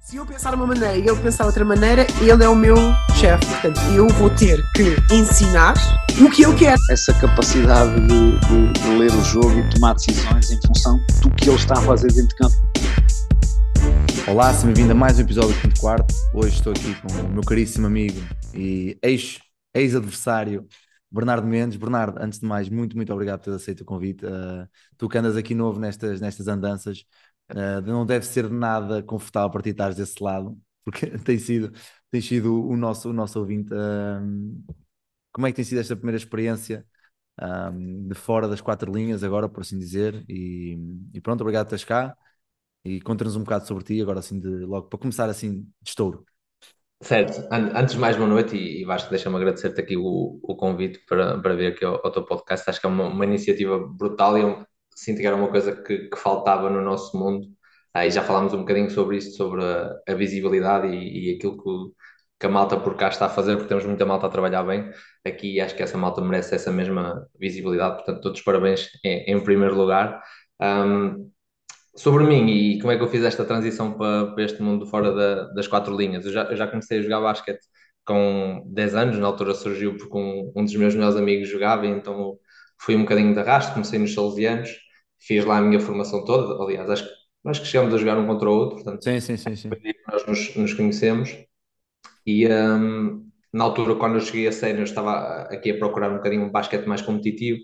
Se eu pensar uma maneira e ele pensar outra maneira, ele é o meu chefe. Portanto, eu vou ter que ensinar o que ele quer. Essa capacidade de ler o jogo e tomar decisões em função do que ele está a fazer dentro de campo. Olá, seja bem-vindo a mais um episódio do Quinto Quarto. Hoje estou aqui com o meu caríssimo amigo e ex-adversário, Bernardo Mendes. Bernardo, antes de mais, muito obrigado por ter aceito o convite. Tu que andas aqui novo nestas andanças, não deve ser nada confortável para ti estares desse lado, porque tem sido o nosso ouvinte. Como é que tem sido esta primeira experiência de fora das quatro linhas, agora, por assim dizer? E pronto, obrigado por estares cá. E conta-nos um bocado sobre ti, agora assim, logo para começar assim, de estouro. Certo, antes de mais, boa noite e Vasco, deixa-me agradecer-te aqui o convite para vir aqui ao teu podcast. Acho que é uma iniciativa brutal e eu sinto que era uma coisa que faltava no nosso mundo. E já falámos um bocadinho sobre isto, sobre a visibilidade e aquilo que a malta por cá está a fazer, porque temos muita malta a trabalhar bem aqui e acho que essa malta merece essa mesma visibilidade. Portanto, todos os parabéns em primeiro lugar. Um, Sobre mim e como é que eu fiz esta transição para este mundo fora das quatro linhas. Eu já comecei a jogar basquete com 10 anos, na altura surgiu porque um dos meus melhores amigos jogava, e então fui um bocadinho de arrasto, comecei nos Salesianos, fiz lá a minha formação toda, aliás, acho que chegamos a jogar um contra o outro, portanto, Sim. foi aí que nós nos conhecemos. E na altura, quando eu cheguei a sénior, estava aqui a procurar um bocadinho um basquete mais competitivo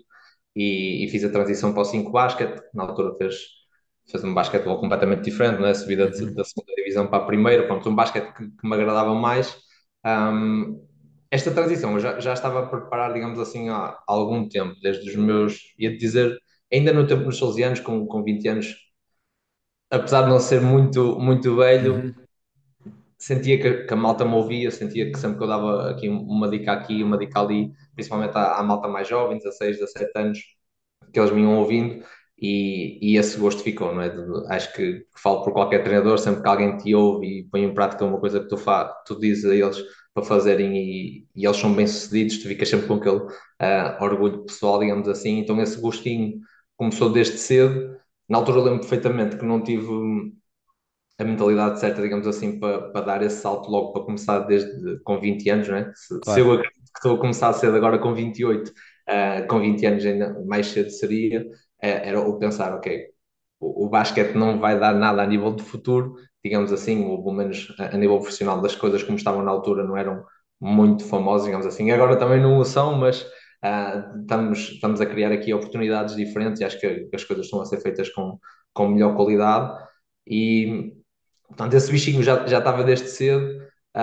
e fiz a transição para o 5 basquete. Na altura fez um basquetebol completamente diferente, não é? Subida da segunda divisão para a primeira, pronto, um basquete que me agradava mais. Um, Esta transição eu já estava a preparar, digamos assim, há algum tempo, desde os meus, ia dizer, ainda no tempo nos Salesianos, com 20 anos, apesar de não ser muito velho, Uhum. sentia que a malta me ouvia, sentia que sempre que eu dava uma dica aqui, uma dica ali, principalmente à malta mais jovem, 16, 17 anos, que eles me iam ouvindo e esse gosto ficou, não é? Acho que falo por qualquer treinador, sempre que alguém te ouve e põe em prática uma coisa que tu dizes a eles para fazerem e eles são bem-sucedidos, tu ficas sempre com aquele orgulho pessoal, digamos assim, então esse gostinho começou desde cedo. Na altura eu lembro perfeitamente que não tive a mentalidade certa, digamos assim, para dar esse salto logo para começar desde com 20 anos, não é? Se eu Claro. acredito que estou a começar cedo agora com 28, com 20 anos ainda mais cedo seria, era o pensar, ok, o basquete não vai dar nada a nível de futuro, digamos assim, ou pelo menos a nível profissional das coisas como estavam na altura não eram muito famosas, digamos assim. Agora também não o são, mas estamos a criar aqui oportunidades diferentes e acho que as coisas estão a ser feitas com melhor qualidade. E portanto, esse bichinho já estava desde cedo,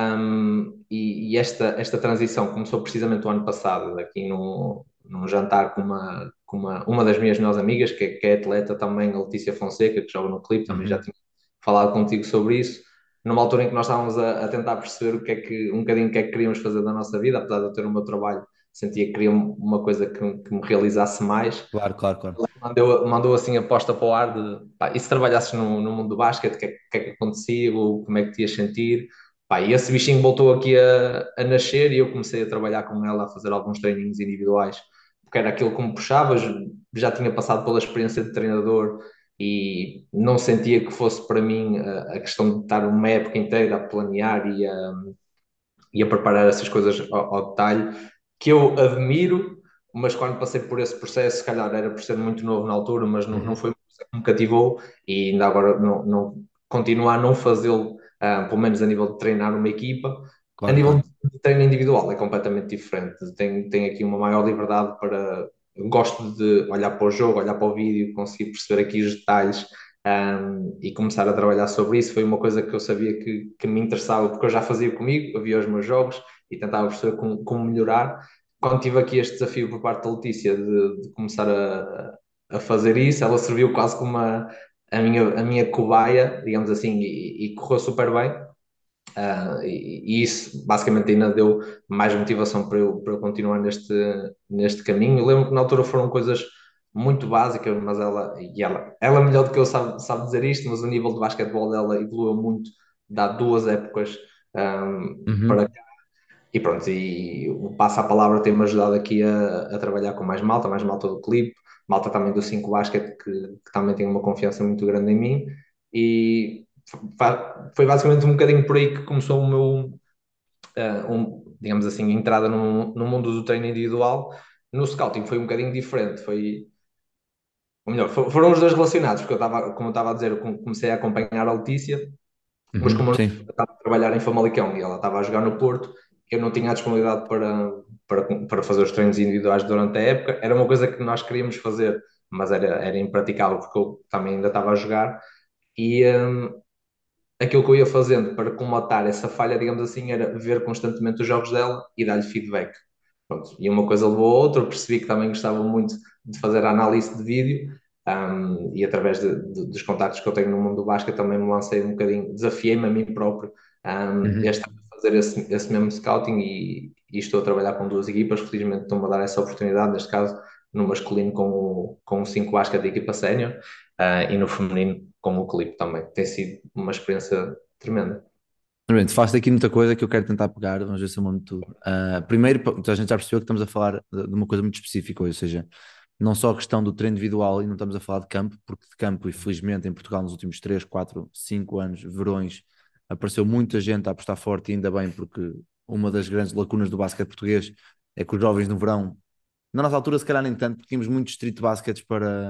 e esta transição começou precisamente o ano passado, aqui num jantar com uma das minhas melhores amigas, que é atleta também, a Letícia Fonseca, que joga no Clipe, também já Uhum. tinha falado contigo sobre isso, numa altura em que nós estávamos a tentar perceber um bocadinho o que é que queríamos fazer da nossa vida, apesar de eu ter o meu trabalho, sentia que queria uma coisa que me realizasse mais. Claro. Mandou assim a posta para o ar de pá, e se trabalhasses no mundo do basquete, o que é que acontecia, ou como é que te ias sentir? Pá, e esse bichinho voltou aqui a nascer e eu comecei a trabalhar com ela, a fazer alguns treininhos individuais, porque era aquilo que me puxava, já tinha passado pela experiência de treinador e não sentia que fosse para mim a questão de estar uma época inteira a planear e a preparar essas coisas ao detalhe, que eu admiro, mas quando passei por esse processo, se calhar era por ser muito novo na altura, mas não Uhum. foi uma coisa que me cativou e ainda agora não continuo a não fazê-lo, pelo menos a nível de treinar uma equipa. A nível Claro. de treino individual é completamente diferente. Tenho aqui uma maior liberdade para. Gosto de olhar para o jogo, olhar para o vídeo, conseguir perceber aqui os detalhes, e começar a trabalhar sobre isso. Foi uma coisa que eu sabia que me interessava, porque eu já fazia comigo, eu via os meus jogos e tentava perceber como melhorar. Quando tive aqui este desafio por parte da Letícia de começar a fazer isso, ela serviu quase como a minha cobaia, digamos assim, e correu super bem. E isso basicamente ainda deu mais motivação para eu continuar neste caminho. Eu lembro que na altura foram coisas muito básicas, mas ela melhor do que eu sabe dizer isto, mas o nível de basquetebol dela evoluiu muito, dá 2 épocas para Uhum. cá. E pronto, e o Passa a Palavra tem-me ajudado aqui a trabalhar com mais malta do clipe, malta também do 5 Basket, que também tem uma confiança muito grande em mim. E foi basicamente um bocadinho por aí que começou o meu, digamos assim, entrada no mundo do treino individual. No scouting foi um bocadinho diferente, ou melhor, foram os dois relacionados, porque como eu estava a dizer, eu comecei a acompanhar a Letícia, mas como eu Sim. estava a trabalhar em Famalicão e ela estava a jogar no Porto, eu não tinha a disponibilidade para fazer os treinos individuais durante a época. Era uma coisa que nós queríamos fazer, mas era impraticável, porque eu também ainda estava a jogar. E aquilo que eu ia fazendo para comatar essa falha, digamos assim, era ver constantemente os jogos dela e dar-lhe feedback. Pronto. E uma coisa levou a outra, eu percebi que também gostava muito de fazer a análise de vídeo, e através dos contactos que eu tenho no mundo do basquete também me lancei um bocadinho, desafiei-me a mim próprio, Uhum. este ano a fazer esse mesmo scouting e estou a trabalhar com duas equipas, felizmente estão-me a dar essa oportunidade, neste caso no masculino com o 5 basquete da equipa sénior, e no feminino com o clipe também. Tem sido uma experiência tremenda. Realmente, faço aqui muita coisa que eu quero tentar pegar, vamos ver se eu mando tudo. Primeiro, a gente já percebeu que estamos a falar de uma coisa muito específica, ou seja, não só a questão do treino individual e não estamos a falar de campo, porque de campo, infelizmente, em Portugal nos últimos 3 4 5 anos, verões, apareceu muita gente a apostar forte e ainda bem, porque uma das grandes lacunas do basquete português é que os jovens no verão, na nossa altura se calhar nem tanto, porque tínhamos muitos street baskets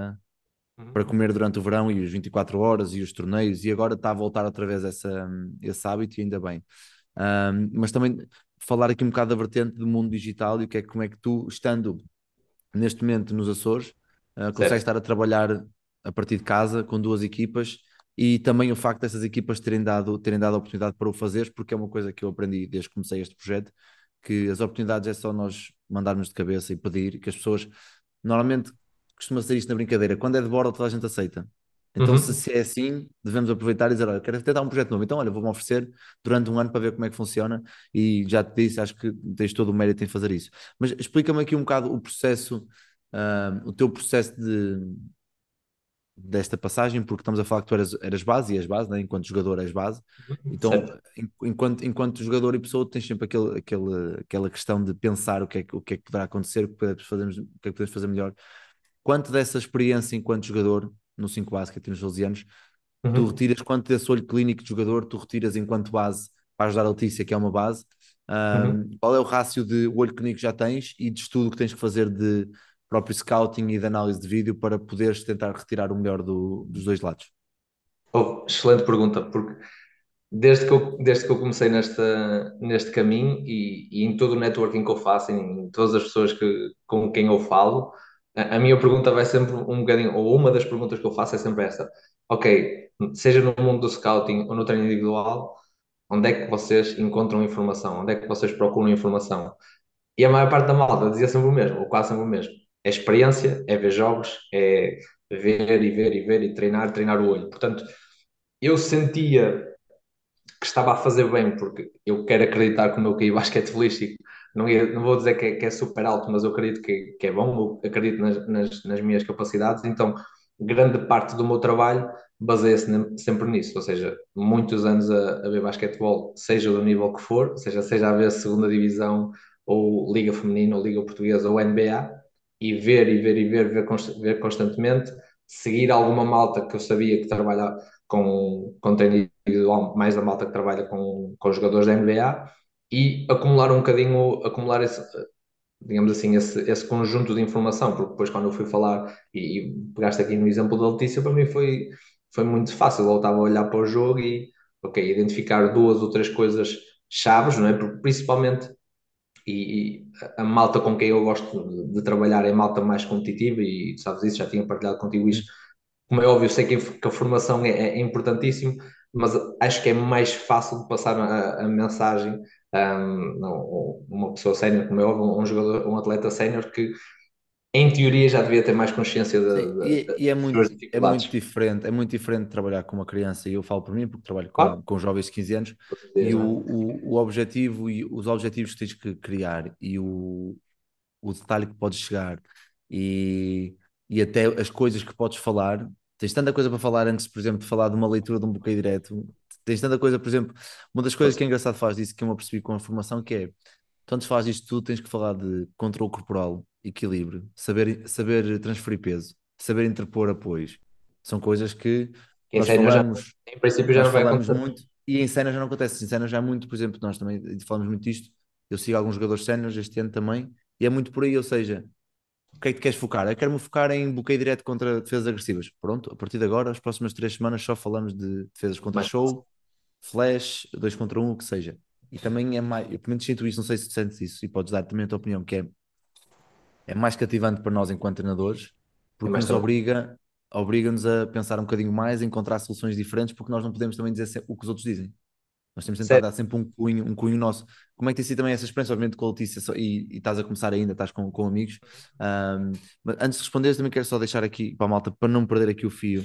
para Uhum. comer durante o verão e os 24 horas e os torneios, e agora está a voltar outra vez esse hábito e ainda bem. Mas também falar aqui um bocado da vertente do mundo digital e como é que tu, estando neste momento nos Açores, consegues Certo. estar a trabalhar a partir de casa com duas equipas e também o facto dessas equipas terem dado a oportunidade para o fazeres, porque é uma coisa que eu aprendi desde que comecei este projeto, que as oportunidades é só nós mandarmos de cabeça e pedir, que as pessoas normalmente costuma ser isto na brincadeira, quando é de borda toda a gente aceita. Então, se, Uhum. se é assim, devemos aproveitar e dizer: olha, quero tentar um projeto novo. Então, olha, vou-me oferecer durante um ano para ver como é que funciona. E já te disse, acho que tens todo o mérito em fazer isso. Mas explica-me aqui um bocado o processo, o teu processo desta passagem, porque estamos a falar que tu eras base e és base, né? Enquanto jogador és base. Então, Certo. enquanto jogador e pessoa, tens sempre aquela questão de pensar o que é que poderá acontecer, o que é que podemos fazer melhor. Quanto dessa experiência enquanto jogador, no 5 basket e nos 12 anos, tu Uhum. retiras, quanto desse olho clínico de jogador, tu retiras enquanto base para ajudar a Letícia, que é uma base? Uhum. Qual é o rácio de olho clínico que já tens e de estudo que tens que fazer de próprio scouting e de análise de vídeo para poderes tentar retirar o melhor dos dois lados? Oh, excelente pergunta, porque desde que eu comecei neste caminho e em todo o networking que eu faço, em todas as pessoas com quem eu falo, a minha pergunta vai sempre um bocadinho, ou uma das perguntas que eu faço é sempre esta: ok, seja no mundo do scouting ou no treino individual, onde é que vocês encontram informação? Onde é que vocês procuram informação? E a maior parte da malta dizia sempre o mesmo, ou quase sempre o mesmo. É experiência, é ver jogos, é ver e ver e ver e treinar, treinar o olho. Portanto, eu sentia que estava a fazer bem, porque eu quero acreditar que o meu QI basquetebolístico, não vou dizer que é super alto, mas eu acredito que é bom, eu acredito nas minhas capacidades, então grande parte do meu trabalho baseia-se sempre nisso, ou seja, muitos anos a ver basquetebol, seja do nível que for, seja a ver segunda divisão, ou Liga Feminina, ou Liga Portuguesa, ou NBA, e ver e ver e ver constantemente, seguir alguma malta que eu sabia que trabalha com treino individual, mais a malta que trabalha com jogadores da NBA, e acumular um bocadinho, acumular esse, digamos assim, esse conjunto de informação, porque depois quando eu fui falar e pegaste aqui no exemplo da Letícia, para mim foi muito fácil, eu estava a olhar para o jogo e, ok, identificar duas ou três coisas chaves, não é? Porque principalmente, a malta com quem eu gosto de trabalhar é malta mais competitiva e tu sabes isso, já tinha partilhado contigo isso. Como é óbvio, eu sei que a formação é importantíssimo, mas acho que é mais fácil de passar a mensagem uma pessoa sénior, como é óbvio, um jogador, um atleta sénior que em teoria já devia ter mais consciência Sim, e é das suas muito, é muito dificuldades. diferente, é muito diferente trabalhar com uma criança, e eu falo por mim porque trabalho com, Claro, com jovens de 15 anos, todos os e dias, o, não é? o, o objetivo e os objetivos que tens que criar e o detalhe que podes chegar e até as coisas que podes falar, tens tanta coisa para falar antes, por exemplo, de falar de uma leitura de um bloqueio direto, tens tanta coisa, por exemplo, uma das coisas que é engraçado faz disso, que eu me apercebi com a formação, que é então, antes de falar disto tudo, tens que falar de controle corporal, equilíbrio, saber transferir peso, saber interpor apoios. São coisas que Que em nós sénior já, falamos, em princípio já nós não vai falamos acontecer. muito, e em sénior já não acontece, em sénior já é muito, por exemplo, nós também falamos muito disto, eu sigo alguns jogadores séniores este ano também, e é muito por aí, ou seja, o que é que tu queres focar? Eu quero-me focar em bloqueio direto contra defesas agressivas. Pronto, a partir de agora, as próximas 3 semanas só falamos de defesas contra Mais fácil. show, flash, 2 contra 1, o que seja. E também é mais, eu pelo menos sinto isso, não sei se tu sentes isso, e podes dar também a tua opinião, que é mais cativante para nós enquanto treinadores, É porque mais nos tranquilo. obriga-nos a pensar um bocadinho mais, a encontrar soluções diferentes, porque nós não podemos também dizer o que os outros dizem. Nós temos tentado Sério. dar sempre um cunho nosso. Como é que tem sido também essa experiência, obviamente, com a Letícia, e estás a começar ainda, estás com amigos. Mas antes de responderes, também quero só deixar aqui para a malta, para não perder aqui o fio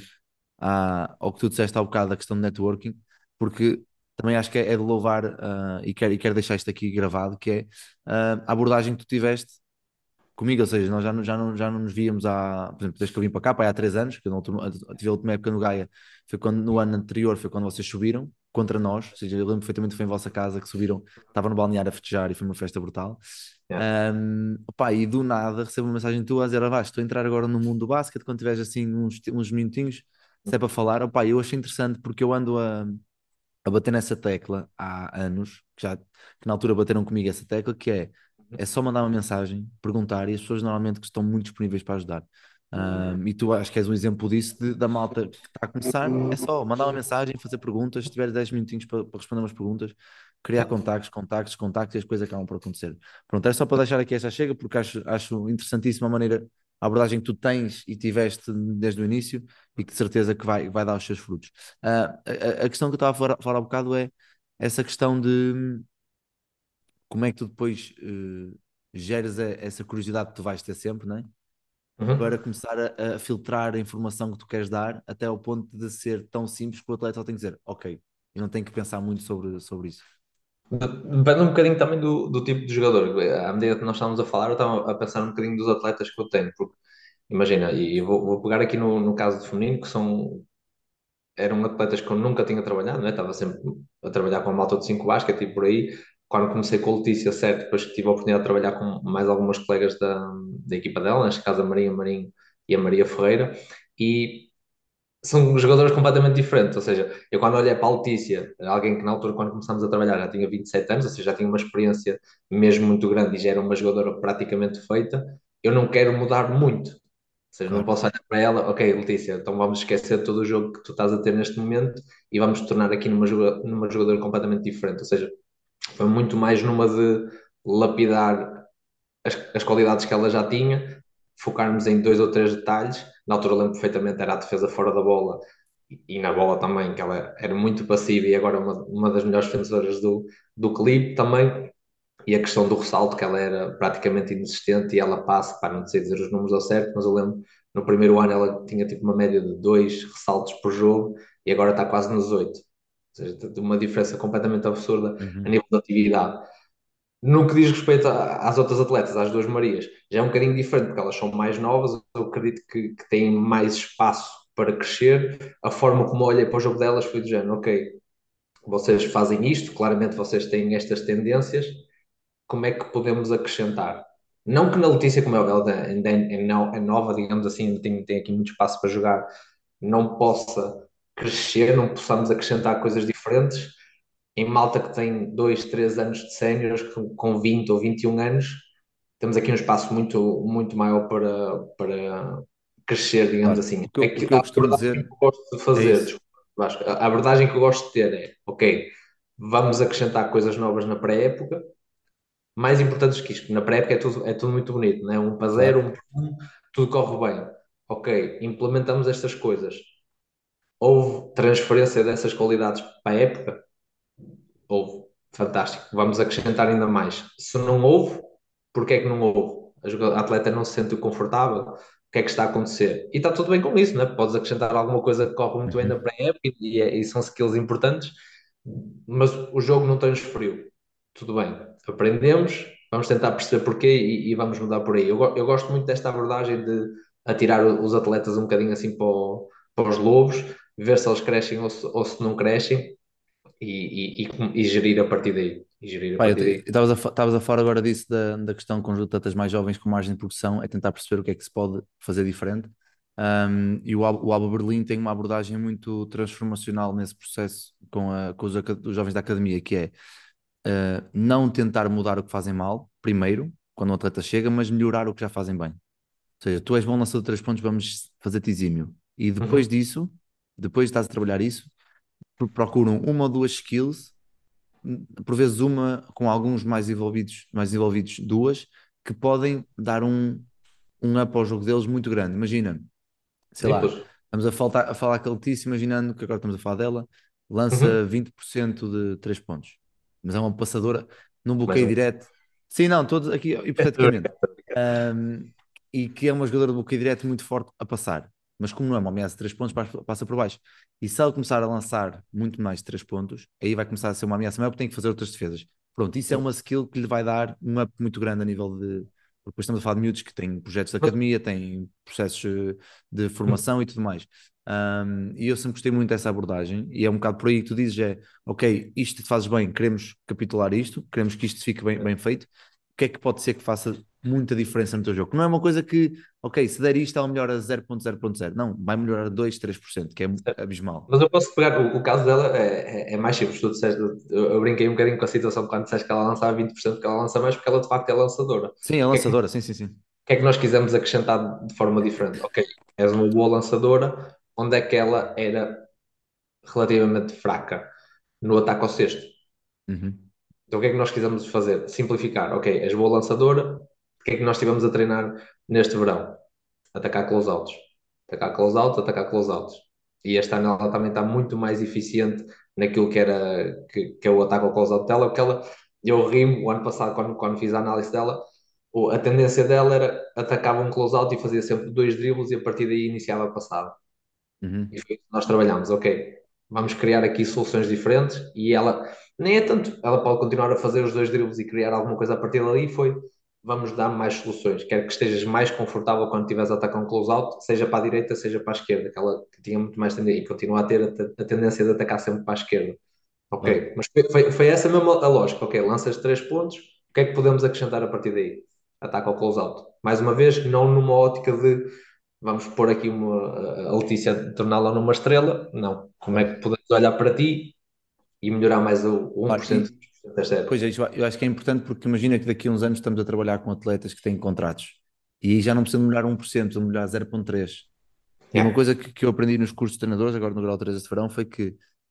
ao que tu disseste há bocado da questão do networking, porque também acho que é de louvar, e quero deixar isto aqui gravado, que é a abordagem que tu tiveste comigo, ou seja, nós já não nos víamos por exemplo, desde que eu vim para cá, há 3 anos, que eu tive a última época no Gaia, foi quando no ano anterior, foi quando vocês subiram contra nós, ou seja, eu lembro perfeitamente que foi em vossa casa que subiram, estava no balneário a festejar e foi uma festa brutal. Yeah. Opá, e do nada recebo uma mensagem tua a dizer: "Ah, estou a entrar agora no mundo do basquete, quando tiveres assim uns minutinhos, se é para falar." Opá, eu achei interessante porque eu ando a bater nessa tecla há anos, que na altura bateram comigo essa tecla, que é só mandar uma mensagem, perguntar, e as pessoas normalmente que estão muito disponíveis para ajudar. E tu acho que és um exemplo disso, da malta que está a começar, é só mandar uma mensagem, fazer perguntas, se tiver 10 minutinhos para responder umas perguntas, criar contactos e as coisas acabam por acontecer. Pronto, é só para deixar aqui esta chega, porque acho interessantíssima a maneira, a abordagem que tu tens e tiveste desde o início, e que de certeza que vai dar os seus frutos. A questão que eu estava a falar há bocado é essa questão de como é que tu depois geres essa curiosidade que tu vais ter sempre, não é? Para Uhum. começar a filtrar a informação que tu queres dar até ao ponto de ser tão simples que o atleta só tem que dizer, ok, eu não tenho que pensar muito sobre isso. Depende um bocadinho também do tipo de jogador. À medida que nós estávamos a falar, eu estava a pensar um bocadinho dos atletas que eu tenho, porque imagina, e eu vou pegar aqui no caso do feminino, que eram atletas que eu nunca tinha trabalhado, né? Estava sempre a trabalhar com a malta de 5 basquete e por aí. Quando comecei com a Letícia, certo, depois tive a oportunidade de trabalhar com mais algumas colegas da equipa dela, neste caso a Maria Marinho e a Maria Ferreira, e são jogadores completamente diferentes. Ou seja, eu quando olhei para a Letícia, alguém que na altura, quando começámos a trabalhar, já tinha 27 anos, ou seja, já tinha uma experiência mesmo muito grande e já era uma jogadora praticamente feita, eu não quero mudar muito. Ou seja, não Claro. posso olhar para ela, ok, Letícia, então vamos esquecer todo o jogo que tu estás a ter neste momento e vamos te tornar aqui numa jogadora completamente diferente. Ou seja, foi muito mais numa de lapidar as qualidades que ela já tinha, focarmos em dois ou três detalhes. Na altura eu lembro perfeitamente, era a defesa fora da bola e na bola também, que ela era muito passiva e agora uma das melhores defensoras do clipe também. E a questão do ressalto, que ela era praticamente inexistente e ela passa, para não sei dizer os números ao certo, mas eu lembro no primeiro ano ela tinha tipo uma média de 2 ressaltos por jogo e agora está quase nos 8. Ou seja, tem uma diferença completamente absurda a Uhum. nível de atividade. No que diz respeito às outras atletas, às duas Marias, já é um bocadinho diferente, porque elas são mais novas, eu acredito que têm mais espaço para crescer. A forma como eu olhei para o jogo delas foi do género, ok, vocês fazem isto, claramente vocês têm estas tendências, como é que podemos acrescentar? Não que na Letícia, como é óbvio, ela ainda é nova, digamos assim, ainda tem aqui muito espaço para jogar, não possa crescer, não possamos acrescentar coisas diferentes. Em malta que tem 2, 3 anos de séniores, com 20 ou 21 anos, temos aqui um espaço muito, muito maior para crescer, digamos Claro. assim. O que A eu costumo abordagem que dizer eu gosto de é fazer, isso. desculpa, Vasco, a abordagem que eu gosto de ter é, ok, vamos acrescentar coisas novas na pré-época, mais importantes que isto, na pré-época é tudo muito bonito, não é? 1-0, Claro. 1-1, tudo corre bem. Ok, implementamos estas coisas. Houve transferência dessas qualidades para a época? Houve. Fantástico. Vamos acrescentar ainda mais. Se não houve, porquê é que não houve? A atleta não se sentiu confortável? O que é que está a acontecer? E está tudo bem com isso, né? Podes acrescentar alguma coisa que corre muito bem na Uhum. pré-época e são skills importantes, mas o jogo não transferiu. Tudo bem. Aprendemos, vamos tentar perceber porquê e vamos mudar por aí. Eu gosto muito desta abordagem de atirar os atletas um bocadinho assim para os lobos, ver se eles crescem ou se não crescem e gerir a partir daí. E gerir a Pá, partir daí. estavas a falar agora disso da questão com os atletas mais jovens com margem de progressão, é tentar perceber o que é que se pode fazer diferente. E o Alba Berlim tem uma abordagem muito transformacional nesse processo com os jovens da academia, que é não tentar mudar o que fazem mal, primeiro, quando o atleta chega, mas melhorar o que já fazem bem. Ou seja, tu és bom lançador de 3 pontos, vamos fazer-te exímio. E depois Uhum. disso, depois de estás a trabalhar isso, procuram uma ou duas skills, por vezes uma com alguns mais envolvidos duas, que podem dar um up ao jogo deles muito grande. Imagina, sei Sim, lá, pois. estamos a falar que a Letícia, imaginando que agora estamos a falar dela, lança Uhum. 20% de 3 pontos, mas é uma passadora num Mais bloqueio um. direto. Sim, não, todos aqui hipoteticamente. Um, e que é uma jogadora de bloqueio direto muito forte a passar. Mas como não é uma ameaça de 3 pontos, passa por baixo. E se ela começar a lançar muito mais de 3 pontos, aí vai começar a ser uma ameaça maior porque tem que fazer outras defesas. Pronto, isso é uma skill que lhe vai dar um up muito grande a nível de. Porque depois estamos a falar de miúdos que têm projetos de Mas, academia, têm processos de hum, formação e tudo mais. E eu sempre gostei muito dessa abordagem, e é um bocado por aí que tu dizes: ok, isto te fazes bem, queremos capitular isto, queremos que isto fique bem feito. O que é que pode ser que faça muita diferença no teu jogo? Não é uma coisa que, ok, se der isto, ela melhora 0,0.0. Não, vai melhorar 2, 3%, que é abismal. mas eu posso pegar, o caso dela é mais simples. Tu disseste, eu brinquei um bocadinho com a situação quando disseste que ela lançava 20%, que ela lança mais, porque ela de facto é lançadora. Sim, é O que é que, lançadora, sim, sim, sim. que é que nós quisemos acrescentar de forma diferente? Ok, és uma boa lançadora, onde é que ela era relativamente fraca? No ataque ao cesto. Uhum, Então o que é que nós quisemos fazer? Simplificar. Ok, és boa lançadora, o que é que nós estivemos a treinar neste verão? Atacar close-outs. Atacar close-outs, atacar close-outs. E este ano ela também está muito mais eficiente naquilo que é o ataque ao close-out dela, porque eu rimo, o ano passado, quando fiz a análise dela, a tendência dela era atacava um close-out e fazia sempre dois dribles e a partir daí iniciava a passada. E uhum, foi isso que nós trabalhamos, ok, vamos criar aqui soluções diferentes e ela, nem é tanto, ela pode continuar a fazer os dois dribles e criar alguma coisa a partir dali, vamos dar mais soluções, quero que estejas mais confortável quando estiveres a atacar um close-out, seja para a direita, seja para a esquerda, que ela que tinha muito mais tendência, e continua a ter a tendência de atacar sempre para a esquerda. claro. Ok, mas foi essa mesmo a lógica, ok, lanças 3 pontos, o que é que podemos acrescentar a partir daí? Ataca ao close-out. Mais uma vez, não numa ótica de vamos pôr aqui a Letícia, torná-la numa estrela. Não. Como Claro. é que podemos olhar para ti e melhorar mais o Claro, 1%, 2% das pois séries? é, eu acho que é importante porque imagina que daqui a uns anos estamos a trabalhar com atletas que têm contratos e aí já não precisam melhorar 1%, precisam melhorar 0,3%. E uma Yeah. coisa que eu aprendi nos cursos de treinadores, agora no Grau 3 este verão, foi que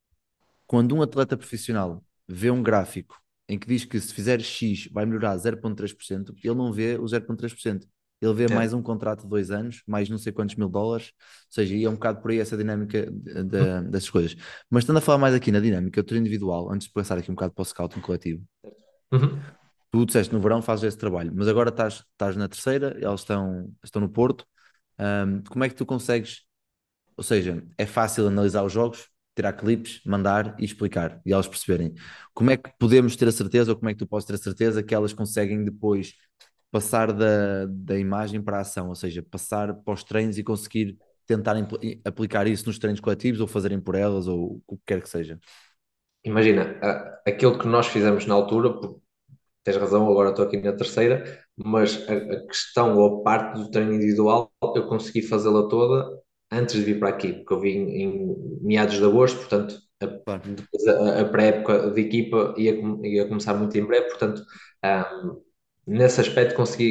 quando um atleta profissional vê um gráfico em que diz que se fizer X vai melhorar 0,3%, ele não vê o 0,3%. Ele vê Yeah. mais um contrato de 2 anos, mais não sei quantos mil dólares, ou seja, e é um bocado por aí essa dinâmica dessas coisas. Mas estando a falar mais aqui na dinâmica do treino individual, antes de passar aqui um bocado para o scouting coletivo, Uhum. tu disseste no verão fazes esse trabalho, mas agora estás na terceira, eles estão no Porto. Como é que tu consegues, ou seja, é fácil analisar os jogos, tirar clipes, mandar e explicar, e elas perceberem. Como é que podemos ter a certeza, ou como é que tu podes ter a certeza que elas conseguem depois passar da imagem para a ação, ou seja, passar para os treinos e conseguir tentar aplicar isso nos treinos coletivos ou fazerem por elas ou o que quer que seja. Imagina, aquilo que nós fizemos na altura, tens razão, agora estou aqui na terceira, mas a questão ou a parte do treino individual eu consegui fazê-la toda antes de vir para aqui, porque eu vim em meados de agosto, portanto, Claro, depois a pré-época de equipa ia começar muito em breve, portanto, um, nesse aspecto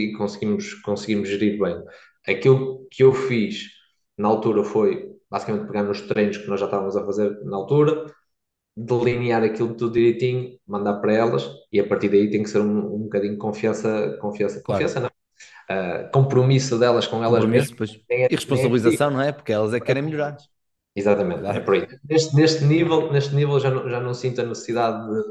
conseguimos gerir bem. Aquilo que eu fiz na altura foi basicamente pegar nos treinos que nós já estávamos a fazer na altura, delinear aquilo tudo direitinho, mandar para elas e a partir daí tem que ser um bocadinho de claro. confiança não, compromisso delas com elas mesmas, Compromisso, pois. E nem é responsabilização, não é? Porque elas é que querem melhorar. exatamente, é Claro. por aí. Neste nível já não sinto a necessidade de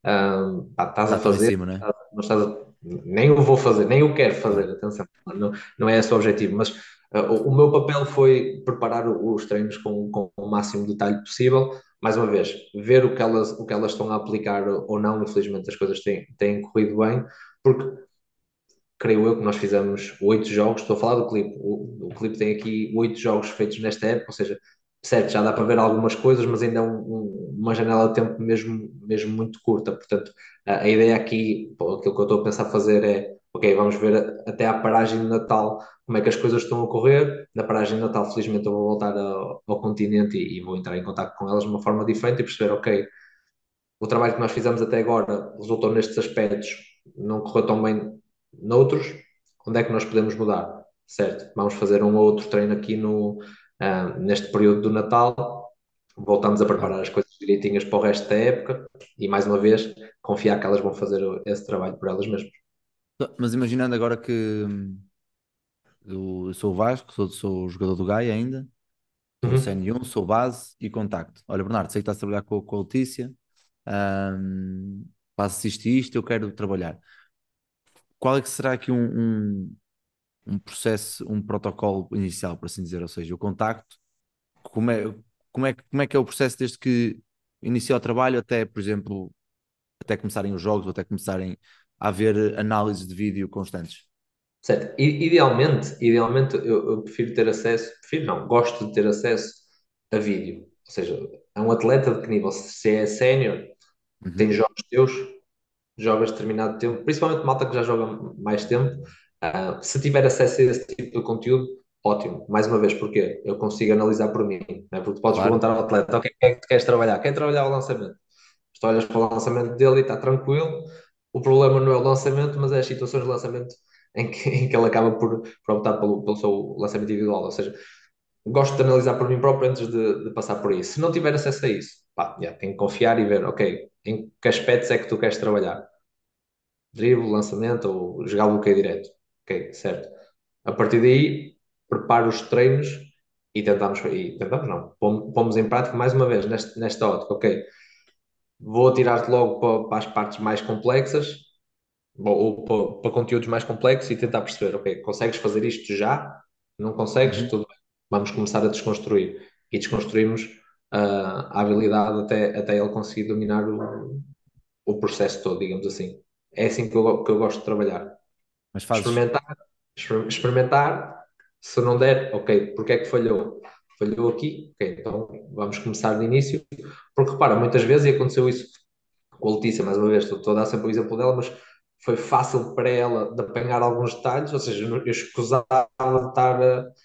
estás a Está tão em fazer, cima, não é? não nem o vou fazer, nem o quero Claro. fazer, atenção, não é esse o objetivo, mas o meu papel foi preparar os treinos com o máximo detalhe possível. Mais uma vez, ver o que elas estão a aplicar ou não, infelizmente as coisas têm corrido bem, porque creio eu que nós fizemos 8 jogos, estou a falar do clipe, o clipe tem aqui 8 jogos feitos nesta época, ou seja, certo, já dá para ver algumas coisas, mas ainda é uma janela de tempo mesmo muito curta, portanto, a ideia aqui, pô, aquilo que eu estou a pensar fazer é ok, vamos ver até à paragem de Natal como é que as coisas estão a correr. Na paragem de Natal, felizmente, eu vou voltar ao continente e vou entrar em contato com elas de uma forma diferente e perceber, ok, o trabalho que nós fizemos até agora resultou nestes aspectos, não correu tão bem noutros, onde é que nós podemos mudar? Certo, vamos fazer um ou outro treino aqui neste período do Natal, voltamos a Claro. preparar as coisas direitinhas para o resto da época e, mais uma vez, confiar que elas vão fazer esse trabalho por elas mesmas. Mas imaginando agora que eu sou o Vasco, sou jogador do Gaia ainda, estou Uhum. CN1, sou base e contacto. Olha, Bernardo, sei que estás a trabalhar com a Letícia, faço isto e isto, eu quero trabalhar. Qual é que será aqui um processo, um protocolo inicial, por assim dizer? Ou seja, o contacto, como é, como é que é o processo desde que inicia o trabalho até, por exemplo, até começarem os jogos ou até começarem a haver análises de vídeo constantes? Certo. Idealmente eu prefiro ter acesso, prefiro não, gosto de ter acesso a vídeo. Ou seja, é um atleta de que nível? Se é sénior, tem Uhum, jogos teus, jogas determinado tempo, principalmente malta que já joga mais tempo. Se tiver acesso a esse tipo de conteúdo, ótimo. Mais uma vez, porque eu consigo analisar por mim, né? Porque tu podes claro, perguntar ao atleta, ok, o que é que tu queres trabalhar? Quer trabalhar o lançamento? Tu olhas para o lançamento dele e está tranquilo. O problema não é o lançamento, mas é as situações de lançamento em que ele acaba por optar pelo seu lançamento individual. Ou seja, gosto de analisar por mim próprio antes de passar por isso. Se não tiver acesso a isso, pá, já, tenho que confiar e ver, ok, em que aspectos é que tu queres trabalhar? Drible, lançamento ou jogar bloqueio direto? Ok, certo. A partir daí, preparo os treinos e tentamos não, pomos em prática mais uma vez nesta ótica, ok, vou tirar-te logo para as partes mais complexas ou para conteúdos mais complexos e tentar perceber, ok, consegues fazer isto já? Não consegues? uhum, Tudo bem. Vamos começar a desconstruir. E desconstruímos a habilidade até ele conseguir dominar o processo todo, digamos assim. É assim que eu gosto de trabalhar. mas fazes, Experimentar, experimentar, se não der, ok, porque é que falhou? Falhou aqui, ok, então vamos começar de início, porque repara, muitas vezes, e aconteceu isso com a Letícia, mais uma vez, estou a dar sempre o exemplo dela, mas foi fácil para ela de apanhar alguns detalhes, ou seja, eu escusava de estar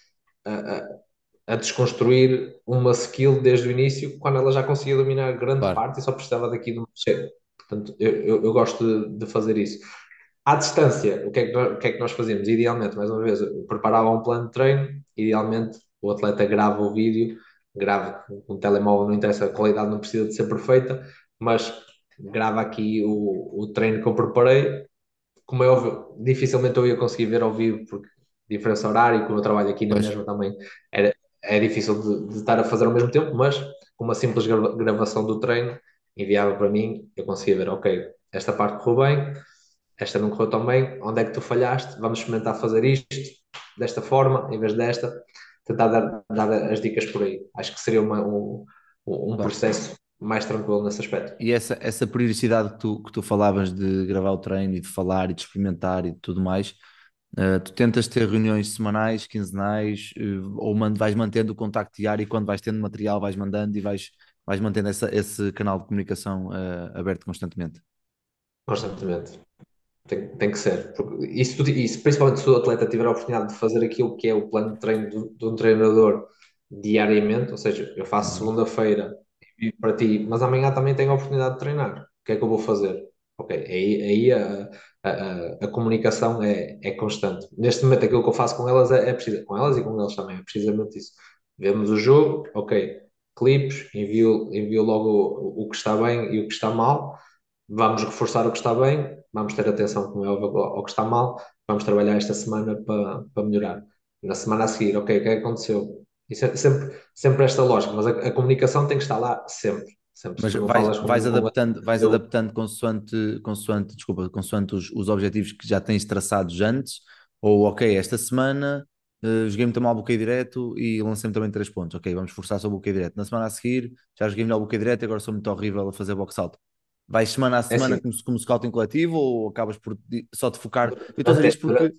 a, a desconstruir uma skill desde o início, quando ela já conseguia dominar grande claro, parte e só precisava daqui de um cheiro. Portanto, eu gosto de fazer isso. À distância, o que é que nós fazemos? Idealmente, mais uma vez, eu preparava um plano de treino, idealmente o atleta grava o vídeo, grava com o telemóvel, não interessa, a qualidade não precisa de ser perfeita, mas grava aqui o treino que eu preparei. Como é óbvio, dificilmente eu ia conseguir ver ao vivo, porque diferença horária e como eu trabalho aqui na pois. mesma também, era, é difícil de estar a fazer ao mesmo tempo, mas com uma simples gravação do treino, enviava para mim, eu conseguia ver, ok, esta parte correu bem, esta não correu tão bem, onde é que tu falhaste? Vamos experimentar fazer isto desta forma, em vez desta, tentar dar as dicas por aí. Acho que seria um Claro. processo mais tranquilo nesse aspecto. E essa periodicidade que tu falavas de gravar o treino e de falar e de experimentar e de tudo mais, tu tentas ter reuniões semanais, quinzenais, ou vais mantendo o contacto diário e quando vais tendo material vais mandando e vais mantendo esse canal de comunicação, aberto constantemente. Constantemente. Tem que ser. Porque isso, principalmente se o atleta tiver a oportunidade de fazer aquilo que é o plano de treino de um treinador diariamente, ou seja, eu faço Uhum. segunda-feira e para ti, mas amanhã também tenho a oportunidade de treinar. O que é que eu vou fazer? Ok, aí a comunicação é constante. Neste momento, aquilo que eu faço com elas com elas e com eles também, é precisamente isso. Vemos o jogo, ok, clipes, envio logo o que está bem e o que está mal. Vamos reforçar o que está bem, vamos ter atenção, como é óbvio, ao que está mal, vamos trabalhar esta semana para melhorar. Na semana a seguir, ok, o que é que aconteceu? Isso é sempre esta lógica, mas a comunicação tem que estar lá sempre. Sempre. Se Mas tu não falas com vais eu, adaptando desculpa, consoante os objetivos que já tens traçados antes, ou ok, esta semana joguei-me também ao bloqueio direto e lancei-me também 3 pontos. Ok, vamos forçar sobre o bloqueio direto. Na semana a seguir já joguei melhor ao bloqueio direto e agora sou muito horrível a fazer box out. Vais semana a é semana assim, como scouting coletivo ou acabas por só te focar? Eu estou a dizer durante, isto porque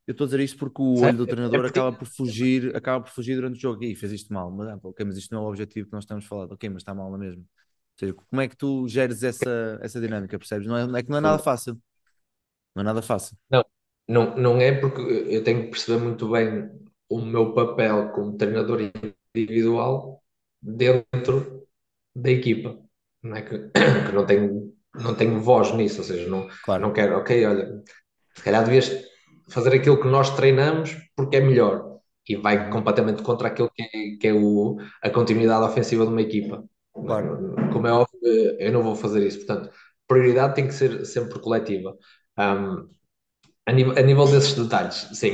o olho certo? do É treinador porque acaba por fugir durante o jogo. E aí, fez isto mal, ok, mas isto não é o objetivo que nós temos falado. Ok, mas está mal na mesma. Ou seja, como é que tu geres essa dinâmica, percebes? Não é que não é nada fácil. Não é nada fácil. não, não é porque eu tenho que perceber muito bem o meu papel como treinador individual dentro da equipa. Não é que não tenho voz nisso, ou seja, não Claro. quero, ok, olha, se calhar devias fazer aquilo que nós treinamos porque é melhor e vai Uhum. completamente contra aquilo que é a continuidade ofensiva de uma equipa. Claro. Como é óbvio, eu não vou fazer isso. Portanto, prioridade tem que ser sempre coletiva. Um, a nível desses detalhes, sim,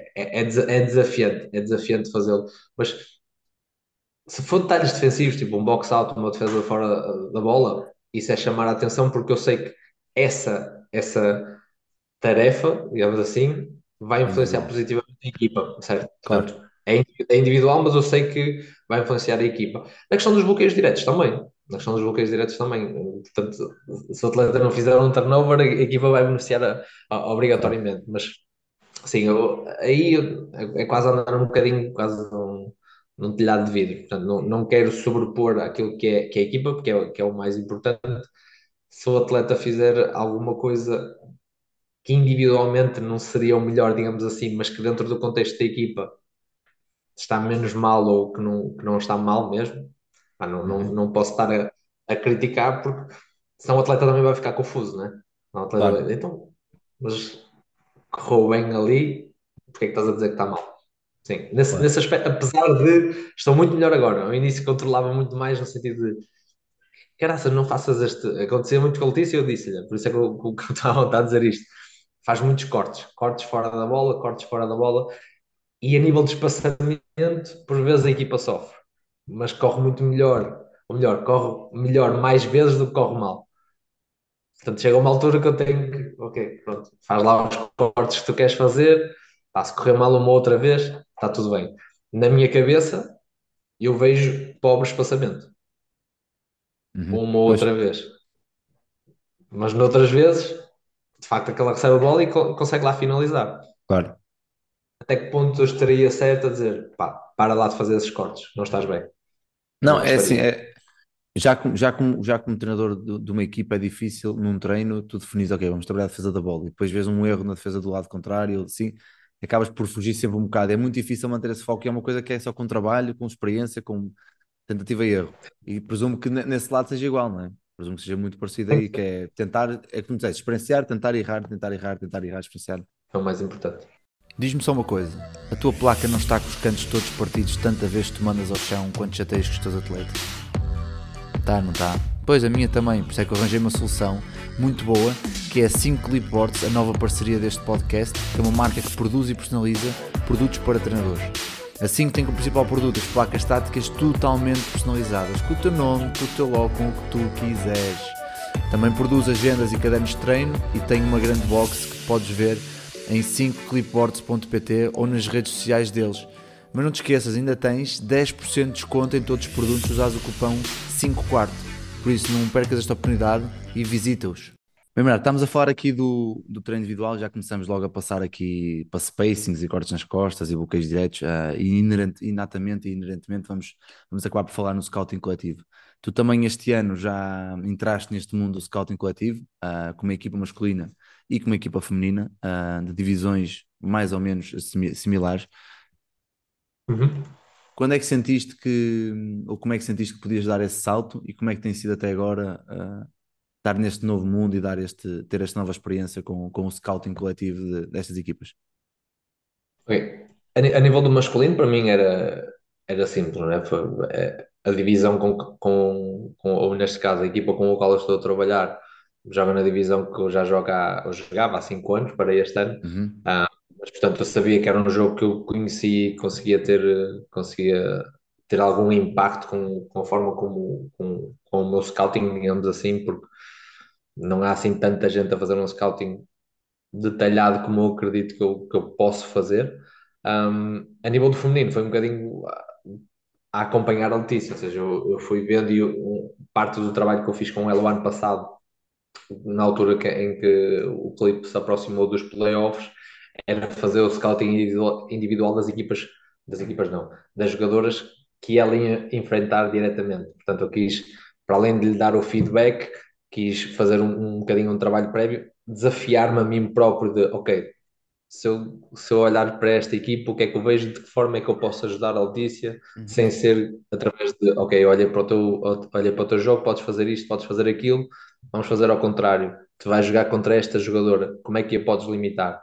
é desafiante fazê-lo, mas se for detalhes defensivos, tipo um box-out, uma defesa fora da bola, isso é chamar a atenção porque eu sei que essa tarefa, digamos assim, vai É influenciar individual. positivamente a equipa, certo? Claro. Portanto, é individual, mas eu sei que vai influenciar a equipa. Na questão dos bloqueios diretos também. Na questão dos bloqueios diretos também. Portanto, se o atleta não fizer um turnover, a equipa vai beneficiar Claro. obrigatoriamente. Mas, sim, é quase andar um bocadinho, quase num telhado de vidro. Portanto, não quero sobrepor aquilo que é a equipa, porque que é o mais importante. Se o atleta fizer alguma coisa que individualmente não seria o melhor, digamos assim, mas que dentro do contexto da equipa está menos mal ou que não está mal mesmo, pá, Uhum. não posso estar a criticar porque senão o atleta também vai ficar confuso, né? O atleta Claro. vai, então, mas correu bem ali, porque é que estás a dizer que está mal? Sim, nesse, Claro. nesse aspecto, apesar de estou muito melhor agora, ao início controlava muito mais no sentido de caraças, não faças este. Acontecia muito com a Letícia e eu disse-lhe, por isso é que eu estava a dizer isto. Faz muitos cortes, cortes fora da bola, cortes fora da bola, e a nível de espaçamento, por vezes a equipa sofre, mas corre muito melhor, ou melhor, corre melhor mais vezes do que corre mal. Portanto, chega uma altura que eu tenho que, ok, pronto, faz lá os cortes que tu queres fazer, pá, se correr mal uma outra vez, está tudo bem. Na minha cabeça, eu vejo pobre espaçamento, Uhum. uma Pois, outra vez, mas noutras vezes de facto aquela recebe a bola e consegue lá finalizar. claro. Até que ponto eu estaria certo a dizer, pá, para lá de fazer esses cortes, não estás bem. Não, Não é assim, estaria. já como treinador de uma equipa é difícil num treino tu definis, ok, vamos trabalhar a defesa da bola e depois vês um erro na defesa do lado contrário, assim, acabas por fugir sempre um bocado. É muito difícil manter esse foco e é uma coisa que é só com trabalho, com experiência, com tentativa e erro. E presumo que nesse lado seja igual, não é? Presumo que seja muito parecido aí, que é tentar, é como disseste, experienciar, tentar errar, tentar errar, tentar errar, experienciar. É o mais importante. Diz-me só uma coisa, a tua placa não está com os cantos todos partidos tanta vez que tu mandas ao chão quando chateias com os teus atletas? Tá, não tá? Pois, a minha também, por isso é que eu arranjei uma solução muito boa, que é a 5 Clipboards, a nova parceria deste podcast, que é uma marca que produz e personaliza produtos para treinadores. A 5 tem como principal produto as placas táticas totalmente personalizadas, com o teu nome, com o teu logo, com o que tu quiseres. Também produz agendas e cadernos de treino e tem uma grande box que podes ver em 5clipboards.pt ou nas redes sociais deles. Mas não te esqueças, ainda tens 10% de desconto em todos os produtos se usares o cupom 5quarto. Por isso não percas esta oportunidade e visita-os. Bem, Bernardo, estamos a falar aqui do treino individual, já começamos logo a passar aqui para spacings e cortes nas costas e bloqueios diretos, e inatamente e inerentemente vamos acabar por falar no scouting coletivo. Tu também este ano já entraste neste mundo do scouting coletivo, com uma equipa masculina e com uma equipa feminina, de divisões mais ou menos similares. Uhum. Quando é que sentiste que, ou como é que sentiste que podias dar esse salto e como é que tem sido até agora, estar neste novo mundo e ter esta nova experiência com o scouting coletivo destas equipas? Ok. A nível do masculino, para mim era simples, não é? A divisão ou neste caso, a equipa com a qual eu estou a trabalhar, joga na divisão que eu já eu jogava há 5 anos para este ano. Uhum. Mas, portanto, eu sabia que era um jogo que eu conhecia e conseguia ter algum impacto com a forma com o meu scouting, digamos assim, porque não há assim tanta gente a fazer um scouting detalhado como eu acredito que eu posso fazer. A nível do feminino, foi um bocadinho a acompanhar a Letícia, ou seja, eu fui vendo e parte do trabalho que eu fiz com ela o ano passado, na altura em que o Clipe se aproximou dos playoffs, era fazer o scouting individual das equipas não, das jogadoras que ela ia enfrentar diretamente. Portanto, eu quis, para além de lhe dar o feedback, quis fazer um bocadinho um trabalho prévio, desafiar-me a mim próprio de, ok, se eu olhar para esta equipa, o que é que eu vejo, de que forma é que eu posso ajudar a Letícia, Uhum. sem ser através de, ok, olha para o teu jogo, podes fazer isto, podes fazer aquilo, vamos fazer ao contrário. Tu vais jogar contra esta jogadora, como é que a podes limitar?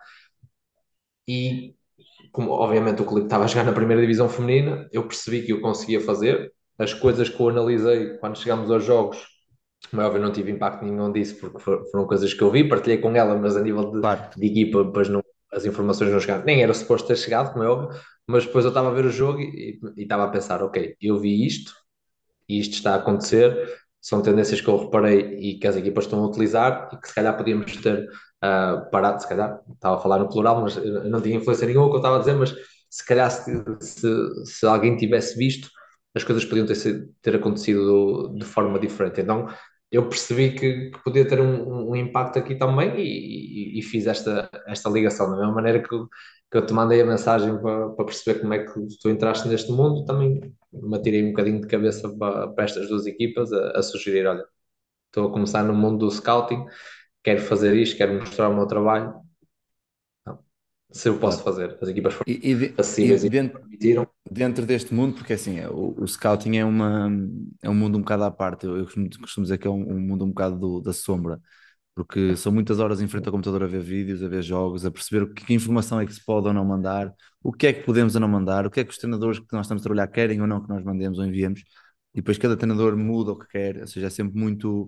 E, como obviamente o Clipe estava a jogar na primeira divisão feminina, eu percebi que eu conseguia fazer. As coisas que eu analisei quando chegámos aos jogos, como é óbvio, não tive impacto nenhum disso, porque foram coisas que eu vi, partilhei com ela, mas a nível de, Claro, de equipa, depois não, as informações não chegaram. Nem era suposto ter chegado, como é óbvio, mas depois eu estava a ver o jogo e estava a pensar, ok, eu vi isto, e isto está a acontecer, são tendências que eu reparei e que as equipas estão a utilizar e que se calhar podíamos ter parado, se calhar, estava a falar no plural, mas eu não tinha influência nenhuma o que eu estava a dizer, mas se calhar se alguém tivesse visto, as coisas podiam ter acontecido de forma diferente. Então eu percebi que podia ter um impacto aqui também e fiz esta ligação, da mesma maneira que eu te mandei a mensagem para perceber como é que tu entraste neste mundo, também me atirei um bocadinho de cabeça para estas duas equipas a sugerir, olha, estou a começar no mundo do scouting, quero fazer isto, quero mostrar o meu trabalho, então, se eu posso claro. fazer. As equipas foram E acessíveis e dentro, permitiram. dentro deste mundo, porque assim, o scouting é um mundo um bocado à parte. Eu costumo dizer que é um mundo um bocado da sombra, porque são muitas horas em frente ao computador a ver vídeos, a ver jogos, a perceber que informação é que se pode ou não mandar, o que é que podemos ou não mandar, o que é que os treinadores que nós estamos a trabalhar querem ou não que nós mandemos ou enviemos, e depois cada treinador muda o que quer, ou seja, é sempre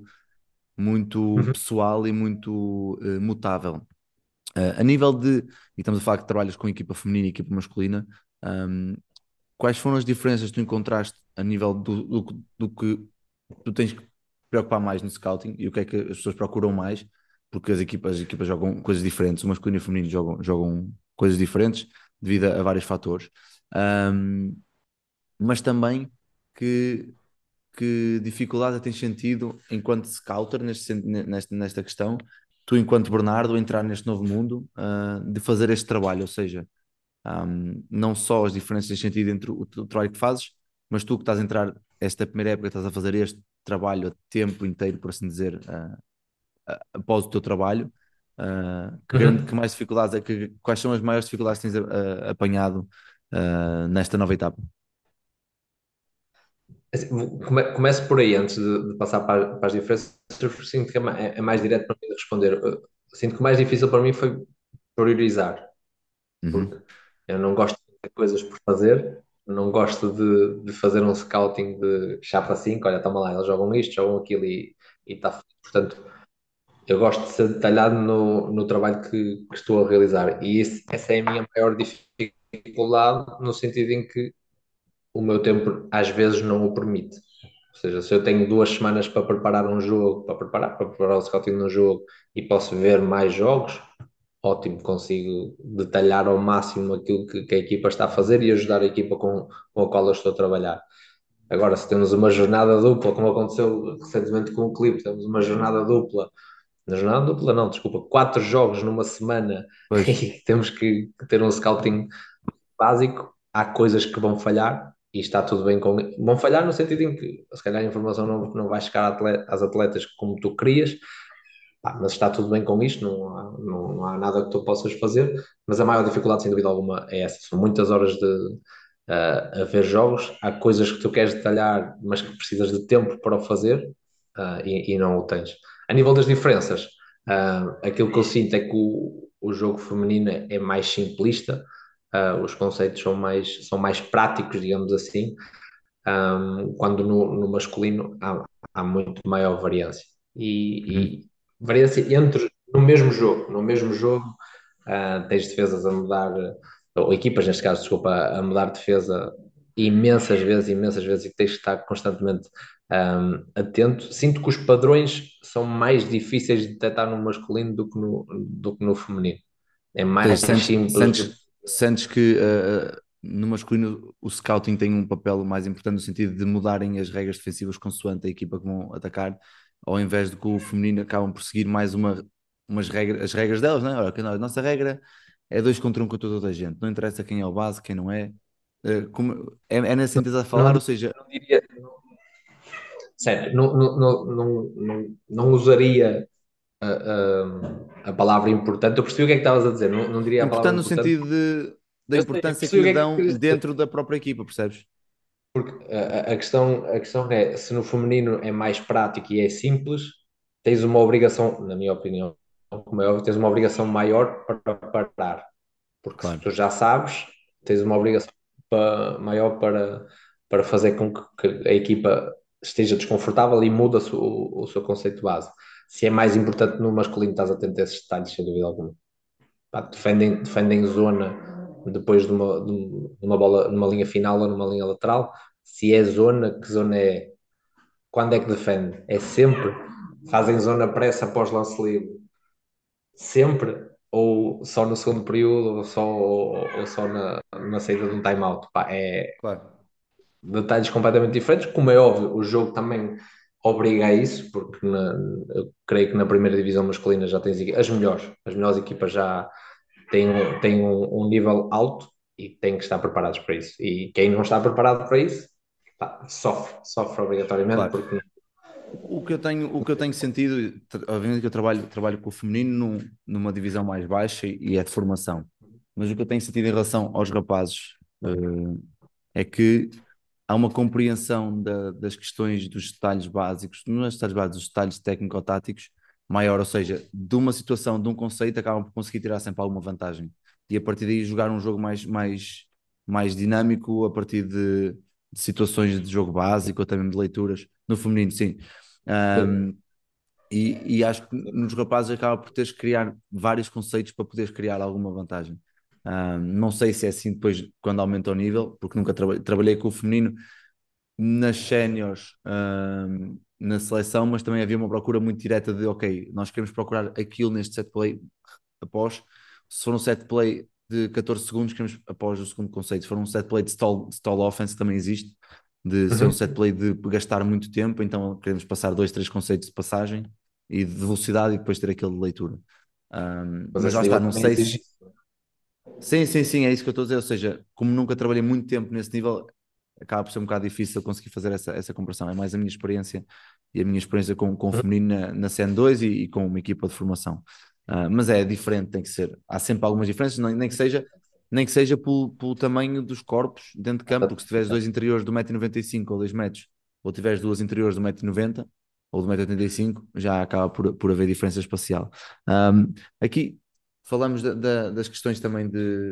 muito Uhum. pessoal e muito mutável. A nível de, e estamos a falar que trabalhas com equipa feminina e equipa masculina, um, quais foram as diferenças que tu encontraste a nível do que tu tens que preocupar mais no scouting e o que é que as pessoas procuram mais? Porque as equipas jogam coisas diferentes, o masculino e o feminino jogam coisas diferentes devido a vários fatores. Um, mas também que, que dificuldade é que tens sentido enquanto scouter nesta questão, tu enquanto Bernardo, entrar neste novo mundo, de fazer este trabalho, ou seja, não só as diferenças de sentido entre o trabalho que fazes, mas tu que estás a entrar esta primeira época, estás a fazer este trabalho a tempo inteiro, por assim dizer, após o teu trabalho, que Uhum. mais dificuldades quais são as maiores dificuldades que tens apanhado nesta nova etapa? Assim, começo por aí, antes de passar para as diferenças. Eu sinto que é mais direto para mim de responder. Eu sinto que o mais difícil para mim foi priorizar, Uhum. porque eu não gosto de ter coisas por fazer, não gosto de fazer um scouting de chapa 5, olha, toma lá, eles jogam isto, jogam aquilo e está feito. Portanto, eu gosto de ser detalhado no trabalho que estou a realizar e essa é a minha maior dificuldade, no sentido em que o meu tempo às vezes não o permite. Ou seja, se eu tenho 2 semanas para preparar um jogo, para preparar o scouting no jogo e posso ver mais jogos, ótimo, consigo detalhar ao máximo aquilo que a equipa está a fazer e ajudar a equipa com a qual eu estou a trabalhar. Agora, se temos uma jornada dupla, como aconteceu recentemente com o Clipe, temos uma jornada dupla, na jornada dupla não, desculpa, 4 jogos numa semana Pois, e temos que ter um scouting básico, há coisas que vão falhar e está tudo bem com. Vão falhar no sentido em que, se calhar, a informação não vai chegar às atletas como tu querias, pá, mas está tudo bem com isto, não há nada que tu possas fazer. Mas a maior dificuldade, sem dúvida alguma, é essa. São muitas horas a ver jogos, há coisas que tu queres detalhar, mas que precisas de tempo para o fazer, e não o tens. A nível das diferenças, aquilo que eu sinto é que o jogo feminino é mais simplista, os conceitos são mais práticos, digamos assim, quando no masculino há muito maior variância. uhum. E variância no mesmo jogo, tens defesas a mudar, ou equipas, neste caso, desculpa, a mudar de defesa imensas vezes, e que tens de estar constantemente atento. Sinto que os padrões são mais difíceis de detectar no masculino do que no feminino. É Ou seja, mais sentes, simples de. sentes, sentes que no masculino o scouting tem um papel mais importante no sentido de mudarem as regras defensivas consoante a equipa que vão atacar, ao invés de que o feminino acabam por seguir mais umas regras, as regras delas, não é? Olha, que a nossa regra é 2 contra 1 contra toda a gente, não interessa quem é o base, quem não é. É nesse sentido a Não, falar, ou seja, não diria. Certo, não usaria. a palavra importante. Eu percebi o que é que estavas a dizer, não diria a palavra Importante no importante. sentido da Eu importância que percebi o lhe que é que dão querias dizer. dentro da própria equipa, percebes? Porque a questão é, se no feminino é mais prático e é simples, tens uma obrigação, na minha opinião, como é óbvio, tens uma obrigação maior para parar. Porque se Claro, tu já sabes, tens uma obrigação maior para fazer com que a equipa esteja desconfortável e muda o seu conceito base. Se é mais importante no masculino, estás atento a esses detalhes, sem dúvida alguma. Pá, defendem zona depois de uma bola, numa linha final ou numa linha lateral. Se é zona, que zona é? Quando é que defende? É sempre? Fazem zona pressa após lance livre? Sempre? Ou só no segundo período, ou só na saída de um time-out? Pá, é claro, detalhes completamente diferentes. Como é óbvio, o jogo também obriga a isso, porque eu creio que na primeira divisão masculina já tens as melhores equipas já têm um nível alto e têm que estar preparados para isso. E quem não está preparado para isso, pá, sofre obrigatoriamente, claro. porque O que eu tenho sentido, obviamente que eu trabalho com o feminino numa divisão mais baixa e é de formação, mas o que eu tenho sentido em relação aos rapazes é que há uma compreensão das questões dos detalhes básicos, não é os detalhes básicos, os detalhes técnico-táticos maior, ou seja, de uma situação, de um conceito, acabam por conseguir tirar sempre alguma vantagem. E a partir daí jogar um jogo mais dinâmico, a partir de situações de jogo básico ou também de leituras, no feminino, sim. Um, e acho que nos rapazes acaba por teres que criar vários conceitos para poderes criar alguma vantagem. Não sei se é assim depois quando aumenta o nível, porque nunca trabalhei com o feminino nas séniores, na seleção, mas também havia uma procura muito direta de, ok, nós queremos procurar aquilo neste set play após, se for um set play de 14 segundos, queremos após o segundo conceito, se for um set play de stall offense, também existe, de ser um uhum. set play de gastar muito tempo, então queremos passar dois, três conceitos de passagem e de velocidade e depois ter aquele de leitura. Mas Mas esse lá está, nível não também sei exige se. isso. Sim, sim, sim, é isso que eu estou a dizer. Ou seja, como nunca trabalhei muito tempo nesse nível, acaba por ser um bocado difícil conseguir fazer essa comparação. É mais a minha experiência e a minha experiência com o Uhum. feminino na CN2 e com uma equipa de formação. Mas é diferente, tem que ser. Há sempre algumas diferenças, nem que seja pelo tamanho dos corpos dentro de campo, porque se tiveres dois interiores de 1,95 m ou 2 metros, ou tiveres duas interiores de 1,90 m ou de 1,85 m, já acaba por haver diferença espacial. Aqui falamos das questões também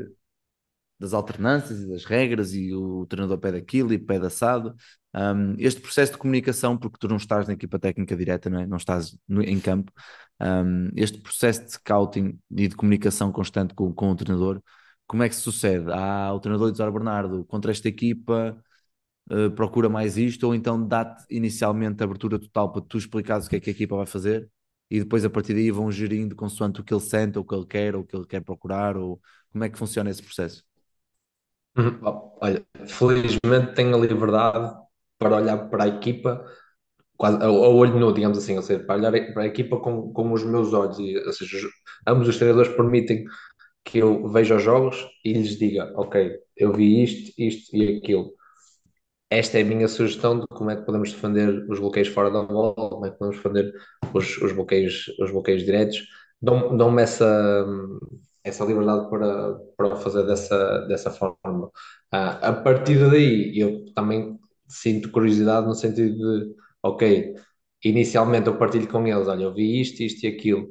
das alternâncias e das regras e o treinador pede aquilo e pede assado. Este processo de comunicação, porque tu não estás na equipa técnica direta, não é? Não estás em campo, este processo de scouting e de comunicação constante com o treinador, como é que se sucede? O treinador diz, ora Bernardo, contra esta equipa procura mais isto, ou então dá-te inicialmente a abertura total para tu explicares o que é que a equipa vai fazer e depois a partir daí vão gerindo consoante o que ele sente, ou o que ele quer, ou o que ele quer procurar, ou como é que funciona esse processo? Uhum. Olha, felizmente tenho a liberdade para olhar para a equipa quase ao olho nu, digamos assim, ou seja, para olhar para a equipa com os meus olhos, ou seja, ambos os treinadores permitem que eu veja os jogos e lhes diga, ok, eu vi isto e aquilo. Esta é a minha sugestão de como é que podemos defender os bloqueios fora da bola, como é que podemos defender os bloqueios diretos. Dão-me essa liberdade para o fazer dessa forma. A partir daí, eu também sinto curiosidade no sentido de, ok, inicialmente eu partilho com eles, olha, eu vi isto e aquilo.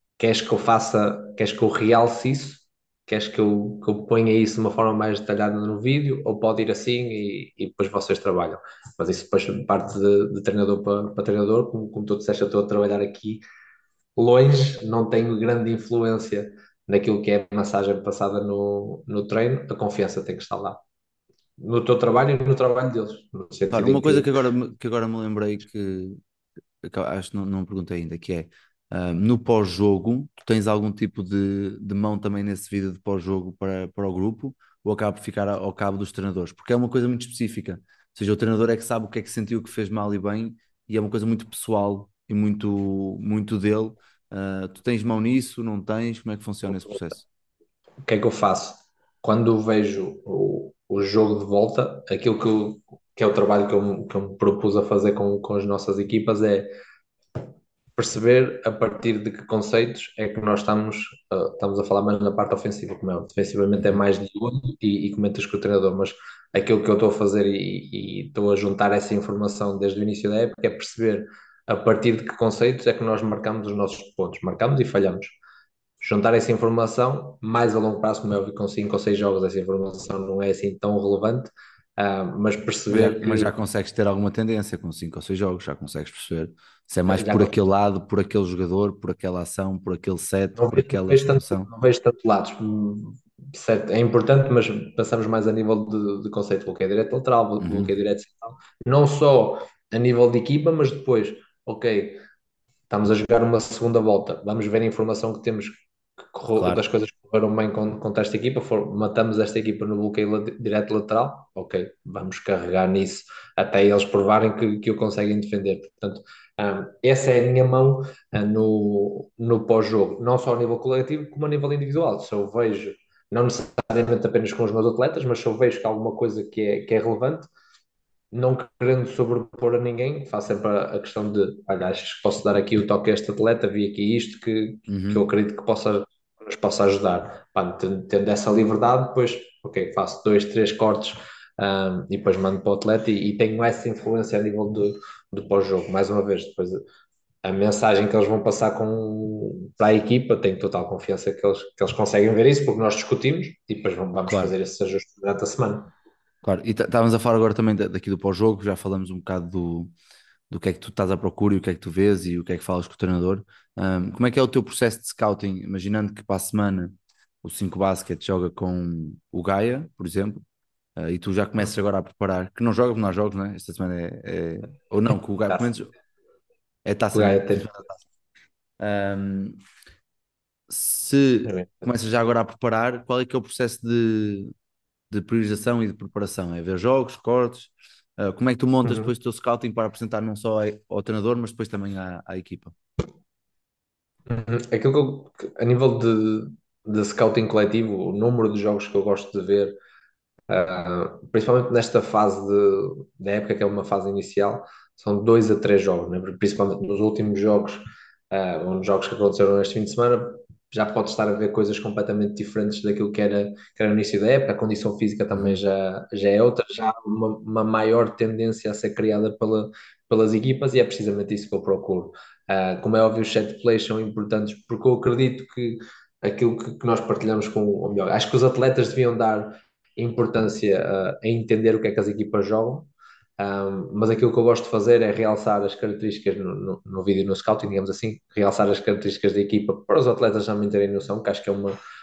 Queres que eu realce isso? Queres que eu ponha isso de uma forma mais detalhada no vídeo? Ou pode ir assim e depois vocês trabalham? Mas isso depois parte de treinador para treinador. Como tu disseste, eu estou a trabalhar aqui longe, não tenho grande influência naquilo que é a mensagem passada no treino. A confiança tem que estar lá. No teu trabalho e no trabalho deles. No Claro, sentido uma em coisa que que agora me lembrei que acho que não perguntei ainda, que é no pós-jogo, tu tens algum tipo de mão também nesse vídeo de pós-jogo para o grupo, ou acaba por ficar ao cabo dos treinadores? Porque é uma coisa muito específica, ou seja, o treinador é que sabe o que é que sentiu, o que fez mal e bem, e é uma coisa muito pessoal e muito, muito dele. Tu tens mão nisso, não tens? Como é que funciona esse processo? o que é que eu faço? Quando vejo o jogo de volta, aquilo que é o trabalho que eu me propus a fazer com as nossas equipas é perceber a partir de que conceitos é que nós estamos a falar mais na parte ofensiva, como é, defensivamente é Uhum. mais de olho e comentas com o treinador, mas aquilo que eu estou a fazer e estou a juntar essa informação desde o início da época é perceber a partir de que conceitos é que nós marcamos os nossos pontos, marcamos e falhamos. Juntar essa informação mais a longo prazo, como é óbvio, com 5 ou 6 jogos, essa informação não é assim tão relevante, mas perceber Mas já que consegues ter alguma tendência com 5 ou 6 jogos, já consegues perceber se é mais já por aquele lado, por aquele jogador, por aquela ação, por aquele set, não por vejo, não aquela vejo tanto, situação. não vejo tanto lados. Certo, é importante, mas passamos mais a nível de conceito. Bloqueio direto lateral, Uhum. bloqueio direto central. Não só a nível de equipa, mas depois, ok, estamos a jogar uma segunda volta, vamos ver a informação que temos Claro, das coisas que correram bem contra esta equipa, matamos esta equipa no bloqueio direto lateral, ok, vamos carregar nisso até eles provarem que o conseguem defender. Portanto, essa é a minha mão no pós-jogo, não só a nível coletivo, como a nível individual. Se eu vejo, não necessariamente apenas com os meus atletas, mas se eu vejo que há alguma coisa que é relevante, não querendo sobrepor a ninguém, faço sempre a questão de, olha, achas que posso dar aqui o toque a este atleta, vi aqui isto que eu uhum. acredito que nos possa ajudar. Pá, tendo essa liberdade, depois, ok, faço 2, 3 cortes, e depois mando para o atleta e tenho essa influência a nível do pós-jogo. Mais uma vez, depois a mensagem que eles vão passar para a equipa, tenho total confiança que eles conseguem ver isso, porque nós discutimos e depois vamos Claro, fazer esses ajustes durante a semana. claro. E estávamos a falar agora também daqui do pós-jogo, já falamos um bocado do que é que tu estás à procura e o que é que tu vês e o que é que falas com o treinador. Como é que é o teu processo de scouting? Imaginando que para a semana o 5 Basket joga com o Gaia, por exemplo, e tu já começas agora a preparar, que não joga, porque não há jogos, não é? Esta semana ou não, que o Gaia, Já pelo se- menos é taça, o não é? Gaia Esta tem. semana é taça. Ahm, se começas já agora a preparar, qual é que é o processo de priorização e de preparação? É ver jogos, cortes? Como é que tu montas Uhum. depois o teu scouting para apresentar não só ao treinador, mas depois também à equipa? Uhum. Aquilo a nível de scouting coletivo, o número de jogos que eu gosto de ver, principalmente nesta fase da época, que é uma fase inicial, são 2 a 3 jogos, né? Principalmente nos últimos jogos, ou nos jogos que aconteceram este fim de semana, já pode estar a ver coisas completamente diferentes daquilo que era no início da época, a condição física também Uhum. já é outra, já há uma maior tendência a ser criada pelas equipas e é precisamente isso que eu procuro. Como é óbvio, os set plays são importantes porque eu acredito que aquilo que nós partilhamos ou melhor, acho que os atletas deviam dar importância a entender o que é que as equipas jogam, mas aquilo que eu gosto de fazer é realçar as características no vídeo, no scouting, digamos assim, realçar as características da equipa para os atletas também terem noção, que acho que é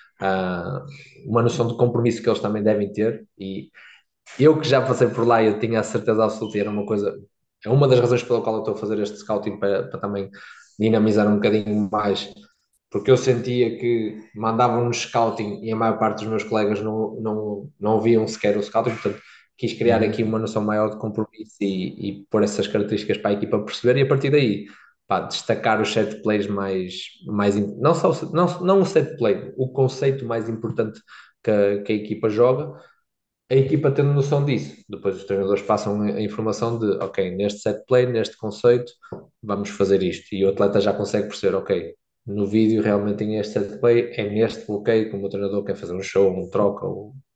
uma noção de compromisso que eles também devem ter. E eu que já passei por lá, eu tinha a certeza absoluta, e era uma coisa, é uma das razões pela qual eu estou a fazer este scouting para também dinamizar um bocadinho mais, porque eu sentia que mandavam-nos scouting e a maior parte dos meus colegas não viam sequer o scouting, portanto quis criar aqui Uhum. uma noção maior de compromisso e pôr essas características para a equipa perceber e a partir daí pá, destacar os set plays não só não o set play, o conceito mais importante que a equipa joga, a equipa tendo noção disso. Depois os treinadores passam a informação de, ok, neste set play, neste conceito, vamos fazer isto. E o atleta já consegue perceber, ok, no vídeo realmente tem este set play, é neste bloqueio que o meu treinador quer fazer um show, um troca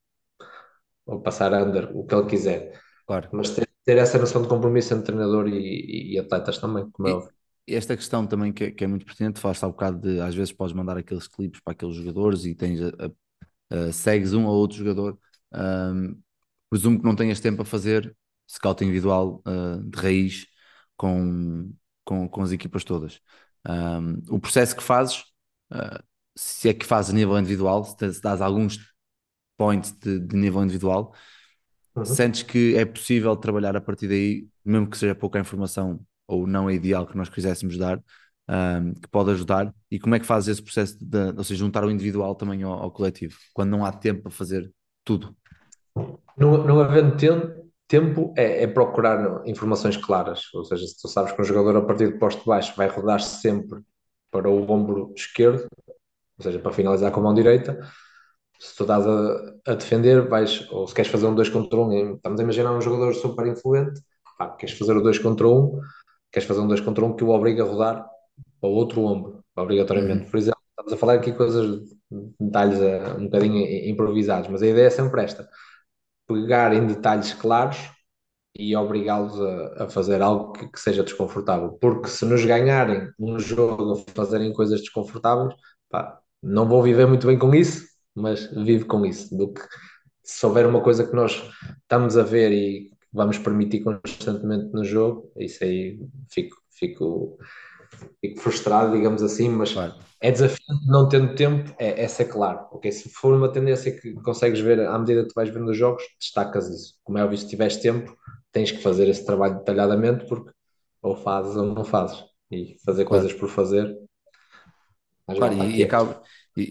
ou passar under, o que ele quiser. Claro. Mas ter essa noção de compromisso entre treinador e atletas também, como é E óbvio. esta questão também que é muito pertinente, falaste há bocado de às vezes podes mandar aqueles clipes para aqueles jogadores e segues um ou outro jogador. Ahm, Presumo que não tenhas tempo a fazer scout individual de raiz com, com as equipas todas. O processo que fazes, ah, se é que fazes a nível individual, se dás alguns points de nível individual, Uhum. sentes que é possível trabalhar a partir daí, mesmo que seja pouca informação ou não é ideal que nós quiséssemos dar, que pode ajudar? E como é que fazes esse processo ou seja, juntar o individual também ao coletivo, quando não há tempo para fazer tudo? Não havendo tempo, é procurar informações claras. Ou seja, se tu sabes que um jogador a partir de posto de baixo vai rodar sempre para o ombro esquerdo, ou seja, para finalizar com a mão direita, se tu estás a defender, ou se queres fazer um 2 contra um, estamos a imaginar um jogador super influente, pá, queres fazer o 2 contra um, queres fazer um 2 contra um que o obriga a rodar ou outro ombro, obrigatoriamente. Uhum. Por exemplo, estamos a falar aqui coisas, detalhes um bocadinho improvisados, mas a ideia é sempre esta: pegar em detalhes claros e obrigá-los a fazer algo que seja desconfortável. Porque se nos ganharem um jogo a fazerem coisas desconfortáveis, pá, não vou viver muito bem com isso, mas vivo com isso. Do que se houver uma coisa que nós estamos a ver e vamos permitir constantemente no jogo, isso aí fico frustrado, digamos assim, mas Claro. é desafiante não tendo tempo, é ser claro. Ok, se for uma tendência que consegues ver à medida que tu vais vendo os jogos, destacas isso. Como é óbvio, se tiveres tempo, tens que fazer esse trabalho detalhadamente, porque ou fazes ou não fazes. E fazer coisas Claro. por fazer, mas Claro, malta, e, aqui e é. acaba,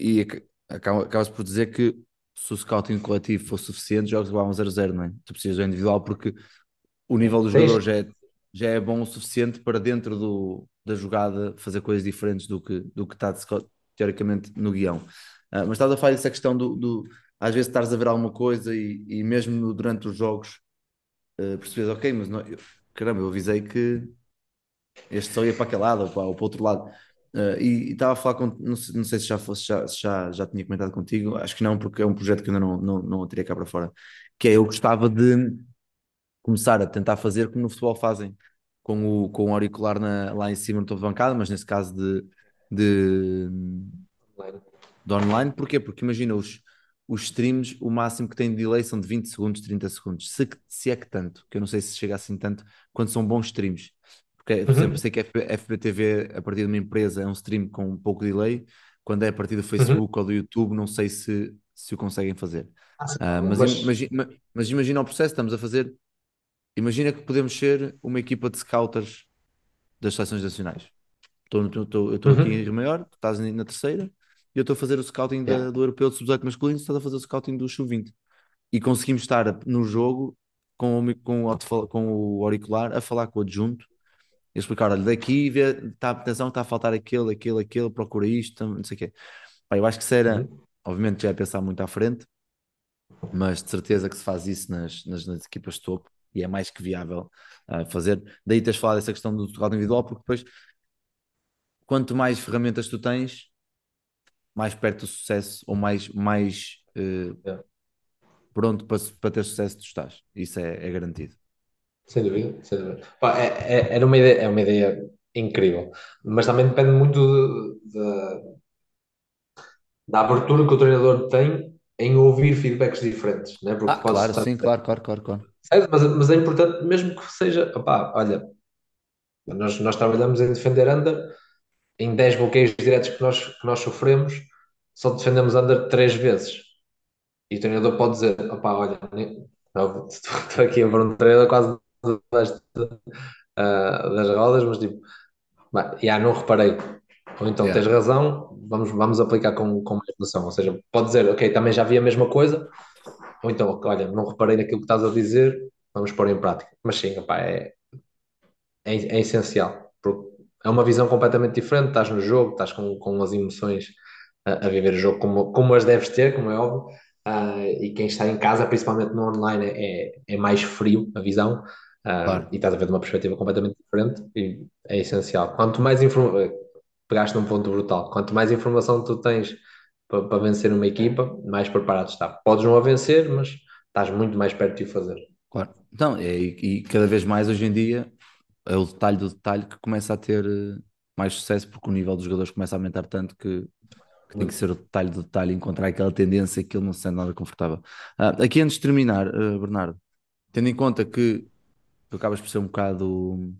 acabas por dizer que se o scouting coletivo for suficiente, jogos levavam 0-0, não é? Tu precisas do individual porque o nível do Tens, jogador já é bom o suficiente para dentro da jogada fazer coisas diferentes do que está teoricamente no guião. Mas estás a falar dessa questão às vezes estares a ver alguma coisa e mesmo durante os jogos percebes, ok, mas não, caramba, eu avisei que este só ia para aquele lado ou para o outro lado. E estava a falar com, não sei se já fosse, já tinha comentado contigo, acho que não, porque é um projeto que eu ainda não tirei cá para fora, que é eu gostava de começar a tentar fazer como no futebol fazem, com o auricular lá em cima no topo de bancada, mas nesse caso de, de online. Porquê? Porque imagina os streams, o máximo que tem de delay são de 20 segundos, 30 segundos, se é que tanto, que eu não sei se chega assim tanto, quando são bons streams. Porque, por exemplo, eu uhum, sei que FBTV, a partir de uma empresa, é um stream com um pouco de delay, quando é a partir do uhum. Facebook ou do YouTube, não sei se o conseguem fazer. Sim, Mas, mas mas imagina o processo, estamos a fazer. Imagina que podemos ser uma equipa de scouters das seleções nacionais. Eu estou aqui em uhum, Rio Maior, tu estás na terceira, e eu estou a fazer o scouting yeah, do Europeu de Sub-18 masculino, tu estás a fazer o scouting do Sub-20. E conseguimos estar no jogo com o auricular a falar com o adjunto e explicar: olha, daqui, atenção, está a faltar aquele, procura isto, não sei o quê. Pá, eu acho que isso era, uhum. obviamente, já é pensar muito à frente, mas de certeza que se faz isso nas equipas de topo e é mais que viável fazer. Daí tens falado dessa questão do total individual, porque depois, quanto mais ferramentas tu tens, mais perto do sucesso ou mais Yeah. pronto para ter sucesso tu estás. Isso é garantido. Sem dúvida, sem dúvida. Pá, era é uma ideia incrível, mas também depende muito da abertura que o treinador tem em ouvir feedbacks diferentes, né? Porque podes Claro, estar sim, claro, claro, claro, claro. certo, mas é importante, mesmo que seja, opá, olha, nós trabalhamos em defender under, em 10 bloqueios diretos que nós sofremos, só defendemos under 3 vezes. E o treinador pode dizer, opá, olha, estou aqui a ver um treinador quase das rodas, mas tipo, já não reparei. Ou então Yeah, tens razão, vamos aplicar com mais noção. Ou seja, pode dizer, ok, também já vi a mesma coisa, ou então, olha, não reparei naquilo que estás a dizer, vamos pôr em prática. Mas sim, opá, é essencial, porque é uma visão completamente diferente. Estás no jogo, estás com as emoções a viver o jogo como as deves ter, como é óbvio. E quem está em casa, principalmente no online, é mais frio a visão. claro, E estás a ver de uma perspectiva completamente diferente e é essencial. Quanto mais informação, pegaste num ponto brutal, quanto mais informação tu tens para vencer uma equipa, mais preparado está. Podes não a vencer, mas estás muito mais perto de o fazer. claro. Então, e cada vez mais hoje em dia é o detalhe do detalhe que começa a ter mais sucesso, porque o nível dos jogadores começa a aumentar tanto que tem que Muito. ser o detalhe do detalhe, encontrar aquela tendência que ele não se sente nada confortável. Aqui antes de terminar, Bernardo, tendo em conta que tu acabas por ser um bocado,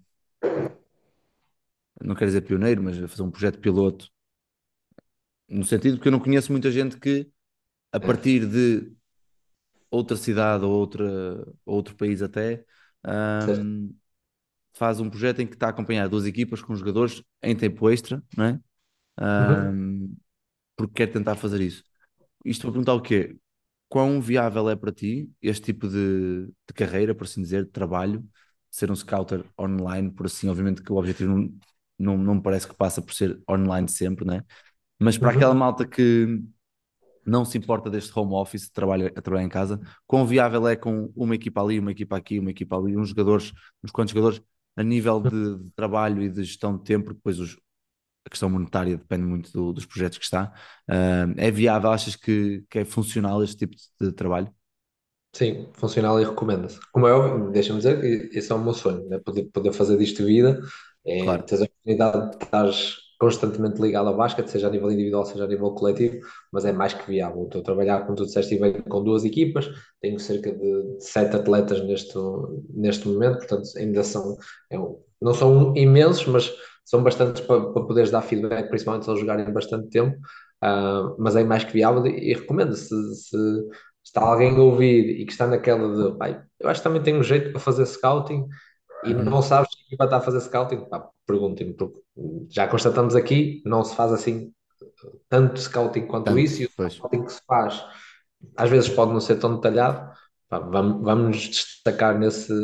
não quero dizer pioneiro, mas a fazer um projeto piloto, no sentido que eu não conheço muita gente que, a É. partir de outra cidade ou outro país até, Certo? ahm, faz um projeto em que está a acompanhar duas equipas com jogadores em tempo extra, não é? Uhum. Ahm, porque quer tentar fazer isso. Isto para perguntar o quê? Quão viável é para ti este tipo de carreira, por assim dizer, de trabalho, ser um scouter online, por assim, obviamente que o objetivo não me parece que passa por ser online sempre, né? Mas para aquela Uhum. malta que não se importa deste home office, a trabalhar em casa, quão viável é com uma equipa ali, uma equipa aqui, uma equipa ali, uns jogadores, uns quantos jogadores, a nível de trabalho e de gestão de tempo, porque depois a questão monetária depende muito dos projetos que está. É viável? Achas que é funcional este tipo de trabalho? Sim, funcional e recomenda-se. Como é óbvio, deixa-me dizer que esse é o meu sonho, né? Poder fazer disto vida, Claro. teres a oportunidade de estar constantemente ligado ao basquete, seja a nível individual, seja a nível coletivo, mas é mais que viável. Estou a trabalhar, como tu disseste, e bem, com duas equipas, tenho cerca de 7 atletas neste momento, portanto, ainda são, não são imensos, mas são bastantes para poderes dar feedback, principalmente se eles jogarem bastante tempo. Mas é mais que viável e recomendo se está alguém a ouvir e que está naquela de, pai, eu acho que também tenho um jeito para fazer scouting e Uhum. não sabes se a equipa está a fazer scouting, pá, perguntem-me, porque já constatamos aqui, não se faz assim tanto scouting quanto Tanto, isso, e o pois. scouting que se faz às vezes pode não ser tão detalhado. Pá, vamos nos destacar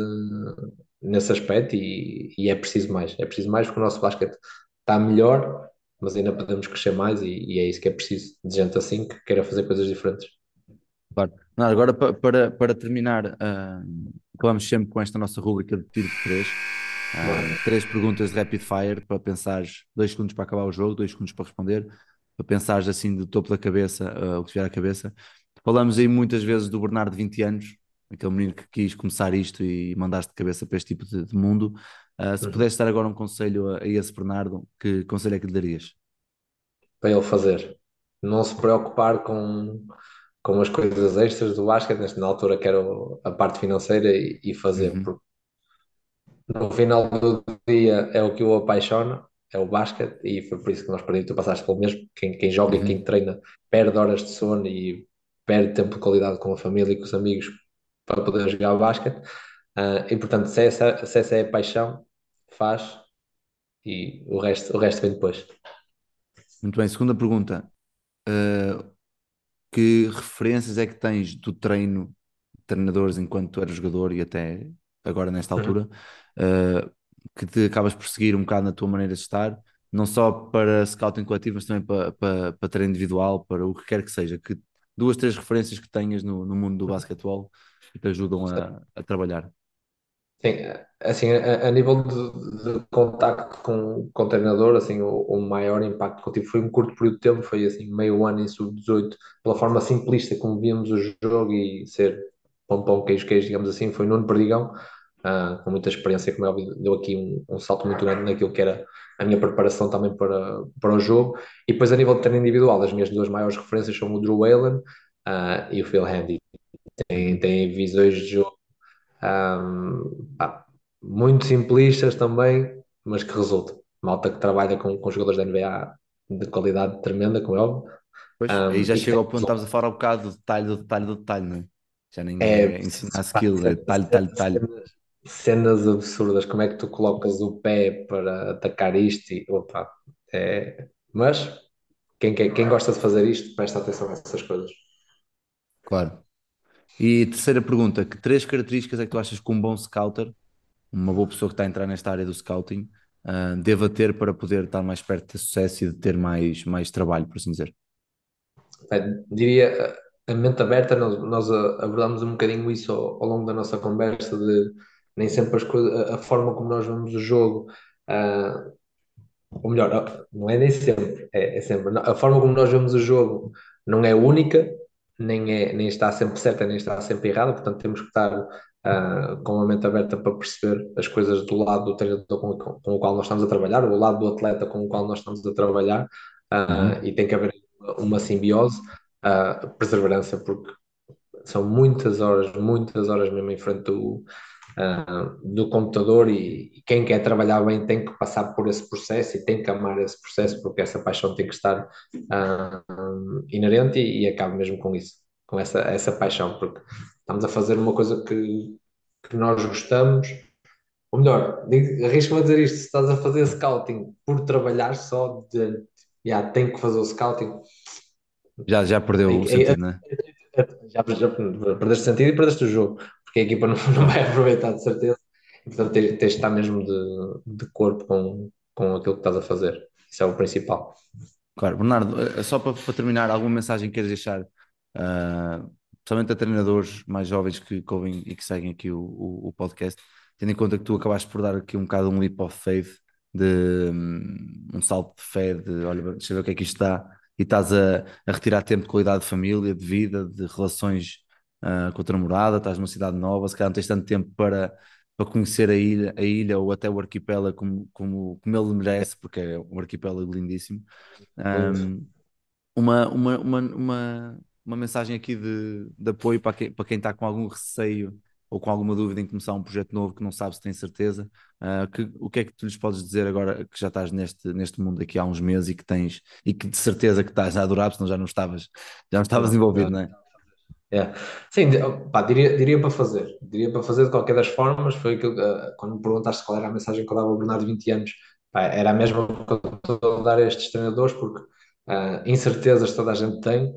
nesse aspecto e é preciso mais porque o nosso basquete está melhor, mas ainda podemos crescer mais e é isso que é preciso, de gente assim que queira fazer coisas diferentes. Claro. Não, agora, para terminar, acabamos sempre com esta nossa rúbrica de tiro de três. Três perguntas de rapid fire para pensares 2 segundos para acabar o jogo, 2 segundos para responder, para pensares assim do topo da cabeça, o que tiver à cabeça. Falamos aí muitas vezes do Bernardo de 20 anos, aquele menino que quis começar isto e mandaste de cabeça para este tipo de mundo. Se Uhum. pudesse dar agora um conselho a esse Bernardo, que conselho é que lhe darias? Para ele fazer. Não se preocupar com as coisas extras do basquete, na altura que era a parte financeira e fazer, Uhum, porque no final do dia é o que o apaixona, é o basquete, e foi por isso que nós perdemos, tu passaste pelo mesmo, quem joga e quem uhum. treina perde horas de sono e perde tempo de qualidade com a família e com os amigos para poder jogar basquete. E portanto, se essa é a paixão, faz e o resto vem depois. Muito bem, segunda pergunta. Uh, que referências é que tens do treino de treinadores enquanto tu eras jogador e até agora nesta Uhum. altura, uh, que te acabas por seguir um bocado na tua maneira de estar, não só para scouting coletivo, mas também para treino individual, para o que quer que seja, que 2, 3 referências que tenhas no mundo do basquetebol que te ajudam a trabalhar. Sim, assim, a nível de contacto com o treinador, assim, o maior impacto que eu tive foi um curto período de tempo, foi assim, meio ano em sub-18, pela forma simplista como víamos o jogo e ser pão, pão, queijo, queijo, digamos assim, foi Nuno Perdigão, com muita experiência, como é óbvio, deu aqui um salto muito grande naquilo que era a minha preparação também para o jogo, e depois a nível de treino individual, as minhas duas maiores referências são o Drew Whalen, e o Phil Handy, Uhum. têm visões de jogo pá, muito simplistas também, mas que resultam. Malta que trabalha com jogadores da NBA de qualidade tremenda, como é óbvio, Pois, aí já e que chega tem ao ponto, estavas a falar um bocado do detalhe, do detalhe, do detalhe, não é? Já nem é, é ensinar pá, skill, é detalhe, detalhe, detalhe. cenas absurdas. Como é que tu colocas o pé para atacar isto? Opa, mas quem gosta de fazer isto, presta atenção a essas coisas. Claro. E terceira pergunta, que 3 características é que tu achas que um bom scouter, uma boa pessoa que está a entrar nesta área do scouting, deva ter para poder estar mais perto de sucesso e de ter mais trabalho, por assim dizer? Diria a mente aberta, nós abordamos um bocadinho isso ao longo da nossa conversa, de nem sempre as coisas, a forma como nós vemos o jogo, ah, ou melhor, não é nem sempre, é sempre, a forma como nós vemos o jogo não é única, nem está sempre certa, nem está sempre errada, portanto temos que estar com a mente aberta para perceber as coisas do lado do treinador com o qual nós estamos a trabalhar, ou do lado do atleta com o qual nós estamos a trabalhar, Uhum. e tem que haver uma simbiose, perseverança, porque são muitas horas mesmo em frente do computador e quem quer trabalhar bem tem que passar por esse processo e tem que amar esse processo porque essa paixão tem que estar inerente e acaba mesmo com isso, com essa paixão, porque estamos a fazer uma coisa que nós gostamos, ou melhor, arrisco-me a dizer isto, se estás a fazer scouting por trabalhar só de, tenho que fazer o scouting, Já perdeu o é, sentido, né? já perdeste sentido e perdeste o jogo, porque a equipa não, não vai aproveitar de certeza. E, portanto, tens de estar mesmo de corpo com aquilo que estás a fazer. Isso é o principal. Claro, Bernardo, só para terminar, alguma mensagem que queres deixar, principalmente a treinadores mais jovens que ouvem e que seguem aqui o podcast, tendo em conta que tu acabaste por dar aqui um bocado um leap of faith um salto de fé, de olha, deixa eu ver o que é que isto dá, e estás a retirar tempo de qualidade de família, de vida, de relações com a tua namorada, estás numa cidade nova, se calhar não tens tanto tempo para conhecer a ilha ou até o arquipélago como ele merece, porque é um arquipélago lindíssimo. Lindo. Um, uma mensagem aqui de apoio para quem está com algum receio ou com alguma dúvida em começar um projeto novo que não sabe se tem certeza. O que é que tu lhes podes dizer agora que já estás neste mundo aqui há uns meses e que tens e que de certeza que estás a adorar, senão já não estavas Não, envolvido, não é? é. Sim, pá, diria para fazer. Diria para fazer de qualquer das formas. Foi aquilo, quando me perguntaste qual era a mensagem que eu dava ao Bernardo de 20 anos, pá, era a mesma que eu estou a dar a estes treinadores, porque incertezas toda a gente tem.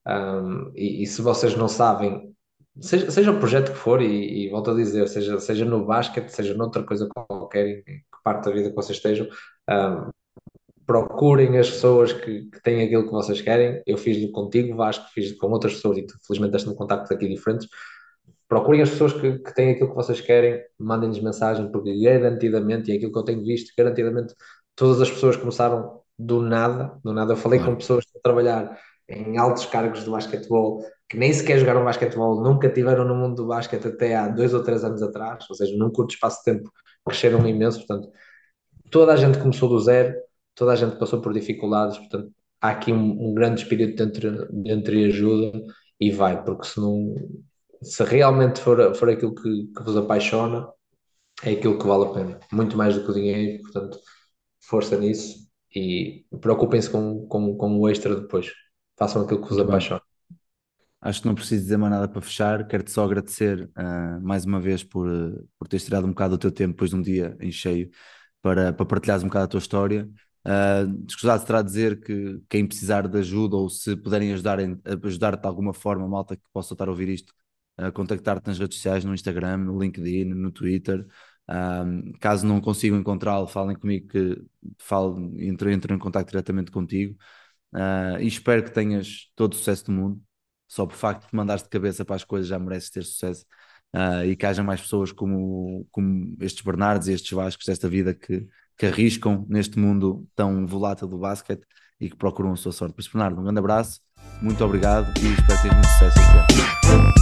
E se vocês não sabem, seja o projeto que for, e volto a dizer, seja no basquete, seja noutra coisa qualquer, em que parte da vida que vocês estejam, um, procurem as pessoas que têm aquilo que vocês querem. Eu fiz contigo, Vasco, fiz com outras pessoas e tu, felizmente deste-me contactos aqui diferentes. Procurem as pessoas que têm aquilo que vocês querem, mandem-lhes mensagem, porque garantidamente, e é aquilo que eu tenho visto, garantidamente todas as pessoas começaram do nada, do nada. Eu falei com Claro, pessoas que estão a trabalhar em altos cargos de basquetebol, que nem sequer jogaram basquetebol, nunca tiveram no mundo do basquete até há 2 ou 3 anos atrás, ou seja, num curto espaço de tempo cresceram imenso. Portanto, toda a gente começou do zero, toda a gente passou por dificuldades, portanto, há aqui um grande espírito de entreajuda e vai, porque se realmente for aquilo que vos apaixona, é aquilo que vale a pena, muito mais do que o dinheiro, portanto, força nisso e preocupem-se com o extra depois, façam aquilo que vos muito bem. apaixona. Acho que não preciso dizer mais nada para fechar. Quero-te só agradecer mais uma vez por teres tirado um bocado do teu tempo depois de um dia em cheio para partilhares um bocado a tua história. Escusado terá dizer que quem precisar de ajuda ou se puderem ajudar-te de alguma forma, malta que possa estar a ouvir isto, contactar-te nas redes sociais, no Instagram, no LinkedIn, no Twitter. Caso não consigam encontrá-lo, falem comigo que entro em contato diretamente contigo. E espero que tenhas todo o sucesso do mundo. Só por facto de te mandares de cabeça para as coisas já mereces ter sucesso. E que haja mais pessoas como estes Bernardos e estes Vascos desta vida que arriscam neste mundo tão volátil do basquete e que procuram a sua sorte. Por isso, Bernardo, um grande abraço, muito obrigado e espero que tenhas muito sucesso este ano.